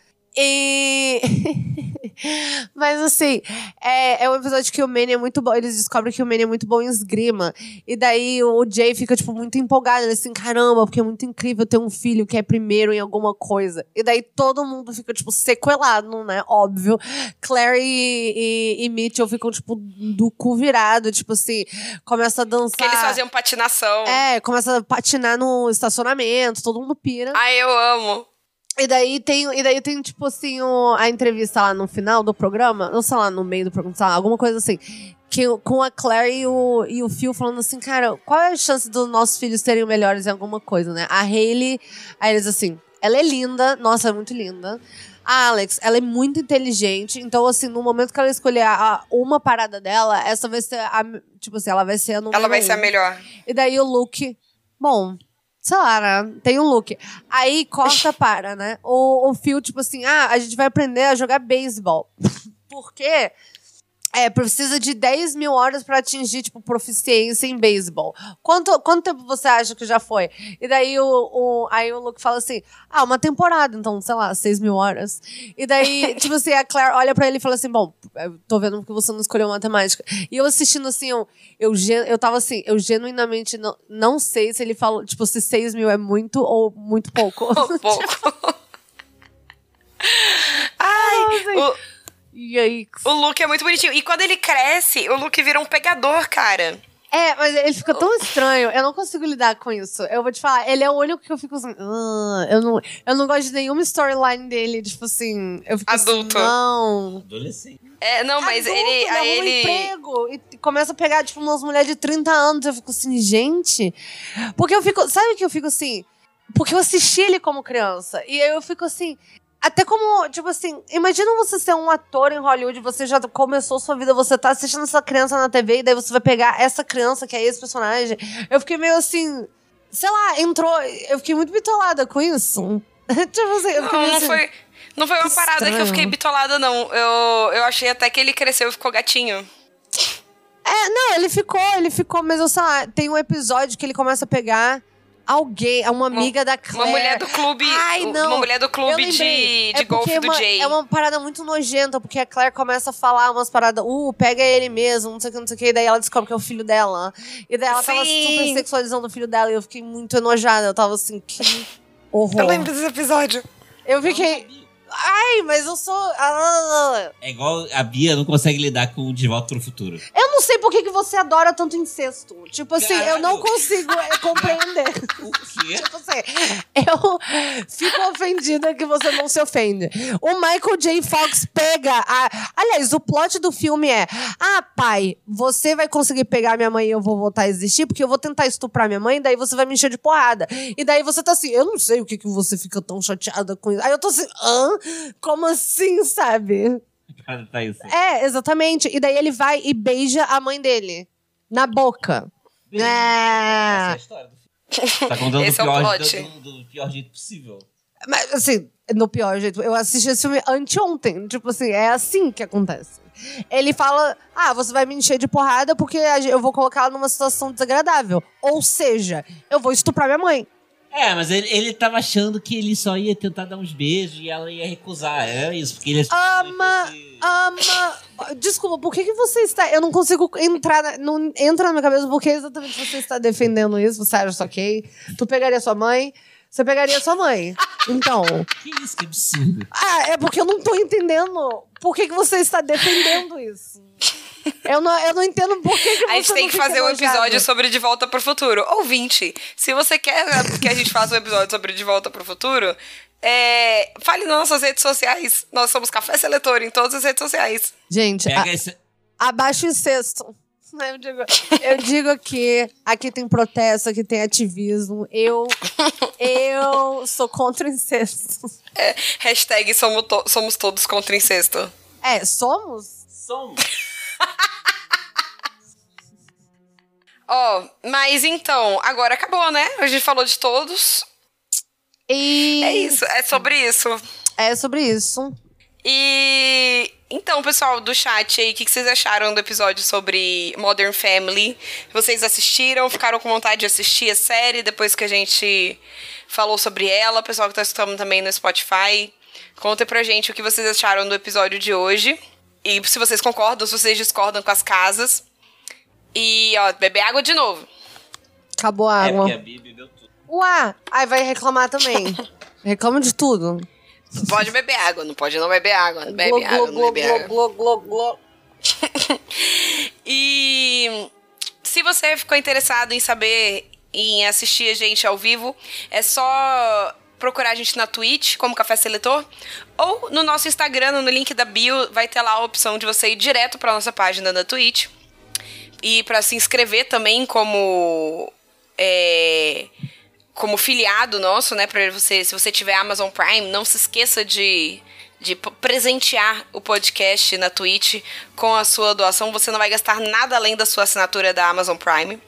Mas assim, é um episódio que o Manny é muito bom. Eles descobrem que o Manny é muito bom em esgrima. E daí o Jay fica, tipo, muito empolgado. Ele assim, caramba, porque é muito incrível ter um filho que é primeiro em alguma coisa. E daí todo mundo fica, tipo, sequelado, né? Óbvio. Claire e Mitchell ficam, tipo, do cu virado. Tipo assim, começa a dançar. Porque eles faziam patinação. Começa a patinar no estacionamento. Todo mundo pira. Ai, eu amo. E daí tem, tipo assim, a entrevista lá no final do programa, não sei lá, no meio do programa, sei lá, alguma coisa assim, com a Claire e o Phil falando assim, cara, qual é a chance dos nossos filhos serem melhores em alguma coisa, né? A Hailey, aí eles assim, ela é linda, nossa, é muito linda. A Alex, ela é muito inteligente, então assim, no momento que ela escolher uma parada dela, essa vai ser tipo assim, ela vai ser a número 1. Ela vai ser a melhor. E daí o Luke, bom... Sei lá, né? Tem um look. Aí, corta para, né? O Phil, tipo assim, a gente vai aprender a jogar beisebol. Por quê? Precisa de 10 mil horas pra atingir, tipo, proficiência em beisebol. Quanto tempo você acha que já foi? E daí aí o Luke fala assim, uma temporada, então, sei lá, 6 mil horas. E daí, tipo assim, a Claire olha pra ele e fala assim, bom, eu tô vendo que você não escolheu matemática. E eu assistindo assim, eu tava assim, eu genuinamente não sei se ele falou, tipo, se 6 mil é muito ou muito pouco. Pouco. Ai, Yikes. O Luke é muito bonitinho. E quando ele cresce, o Luke vira um pegador, cara. Mas ele fica tão estranho. Eu não consigo lidar com isso. Eu vou te falar, ele é o único que eu fico assim... eu não gosto de nenhuma storyline dele. Tipo assim... Eu fico adulto. Assim, não. Adolescente. Não, mas adulto, ele... Aí ele emprego e começa a pegar, tipo, umas mulheres de 30 anos. Eu fico assim, gente... Porque eu fico... Sabe o que eu fico assim? Porque eu assisti ele como criança. E aí eu fico assim... Até como, tipo assim, imagina você ser um ator em Hollywood, você já começou sua vida, você tá assistindo essa criança na TV, e daí você vai pegar essa criança, que é esse personagem. Eu fiquei meio assim, sei lá, eu fiquei muito bitolada com isso. Tipo assim, eu fiquei não foi uma parada que eu fiquei bitolada, não. Eu achei até que ele cresceu e ficou gatinho. Não, ele ficou, mas eu sei lá, tem um episódio que ele começa a pegar... alguém, uma amiga da Claire. Uma mulher do clube. Uma mulher do clube de golfe do Jay. É uma parada muito nojenta, porque a Claire começa a falar umas paradas. Pega ele mesmo, não sei o que. E daí ela descobre que é o filho dela. E daí ela tava super sexualizando o filho dela. E eu fiquei muito enojada. Eu tava assim, que horror. Eu lembro desse episódio. Eu fiquei... mas eu sou... É igual a Bia não consegue lidar com o De Volta pro Futuro. Eu não sei por que você adora tanto incesto. Tipo assim, caralho. Eu não consigo compreender. O quê? Tipo assim, eu fico ofendida que você não se ofende. O Michael J. Fox pega Aliás, o plot do filme é... pai, você vai conseguir pegar minha mãe e eu vou voltar a existir, porque eu vou tentar estuprar minha mãe, daí você vai me encher de porrada. E daí você tá assim, eu não sei o que você fica tão chateada com isso. Aí eu tô assim, como assim, sabe? Tá isso. Exatamente. E daí ele vai e beija a mãe dele. Na boca. Essa é a história do filme. Tá contando do pior jeito possível. Mas, assim, no pior jeito. Eu assisti esse filme anteontem. Tipo assim, é assim que acontece. Ele fala, você vai me encher de porrada porque eu vou colocar ela numa situação desagradável. Ou seja, eu vou estuprar minha mãe. Mas ele tava achando que ele só ia tentar dar uns beijos e ela ia recusar. É isso, porque ele... Desculpa, por que você está... Eu não consigo entrar... Não entra na minha cabeça por que exatamente você está defendendo isso. Você acha ok? Tu pegaria sua mãe? Você pegaria sua mãe. Então... Que isso, que absurdo. É porque eu não tô entendendo por que você está defendendo isso. Eu não entendo por que você a gente tem que fazer um episódio sobre De Volta pro Futuro. Ouvinte, se você quer que a gente faça um episódio sobre De Volta pro Futuro, fale nas nossas redes sociais. Nós somos Café Seletor em todas as redes sociais. Gente, abaixo o incesto. Eu digo que aqui tem protesto, aqui tem ativismo. Eu sou contra o incesto. Hashtag somos todos contra o incesto. Somos? Somos. Mas então, agora acabou, né? A gente falou de todos. E... É isso, é sobre isso. É sobre isso. E... Então, pessoal do chat aí, o que vocês acharam do episódio sobre Modern Family? Vocês assistiram? Ficaram com vontade de assistir a série depois que a gente falou sobre ela? O pessoal que tá escutando também no Spotify. Contem pra gente o que vocês acharam do episódio de hoje. E se vocês concordam, se vocês discordam com as casas. E, beber água de novo. Acabou a água. Porque a Bia bebeu tudo. Aí vai reclamar também. Reclama de tudo. Não pode beber água, não pode não beber água. Não bebe água, não bebe água. E se você ficou interessado em saber, em assistir a gente ao vivo, é só procurar a gente na Twitch, como Café Seletor, ou no nosso Instagram, no link da bio, vai ter lá a opção de você ir direto pra nossa página da Twitch. E pra se inscrever também como filiado nosso, né? Pra você, se você tiver Amazon Prime, não se esqueça de presentear o podcast na Twitch com a sua doação. Você não vai gastar nada além da sua assinatura da Amazon Prime.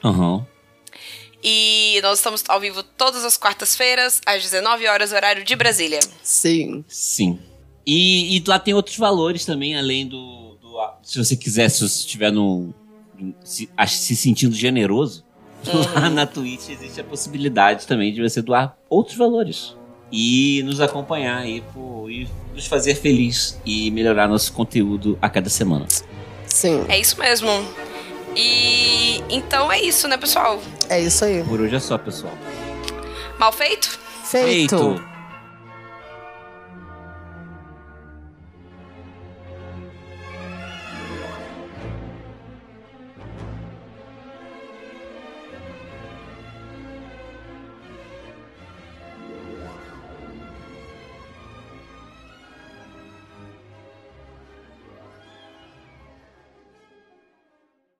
E nós estamos ao vivo todas as quartas-feiras, às 19 horas, horário de Brasília. Sim. E lá tem outros valores também, além do se você quiser, se você estiver se sentindo generoso, lá na Twitch existe a possibilidade também de você doar outros valores. E nos acompanhar aí e nos fazer feliz e melhorar nosso conteúdo a cada semana. Sim. É isso mesmo. E então é isso, né, pessoal? É isso aí. Por hoje é só, pessoal. Mal feito? Feito.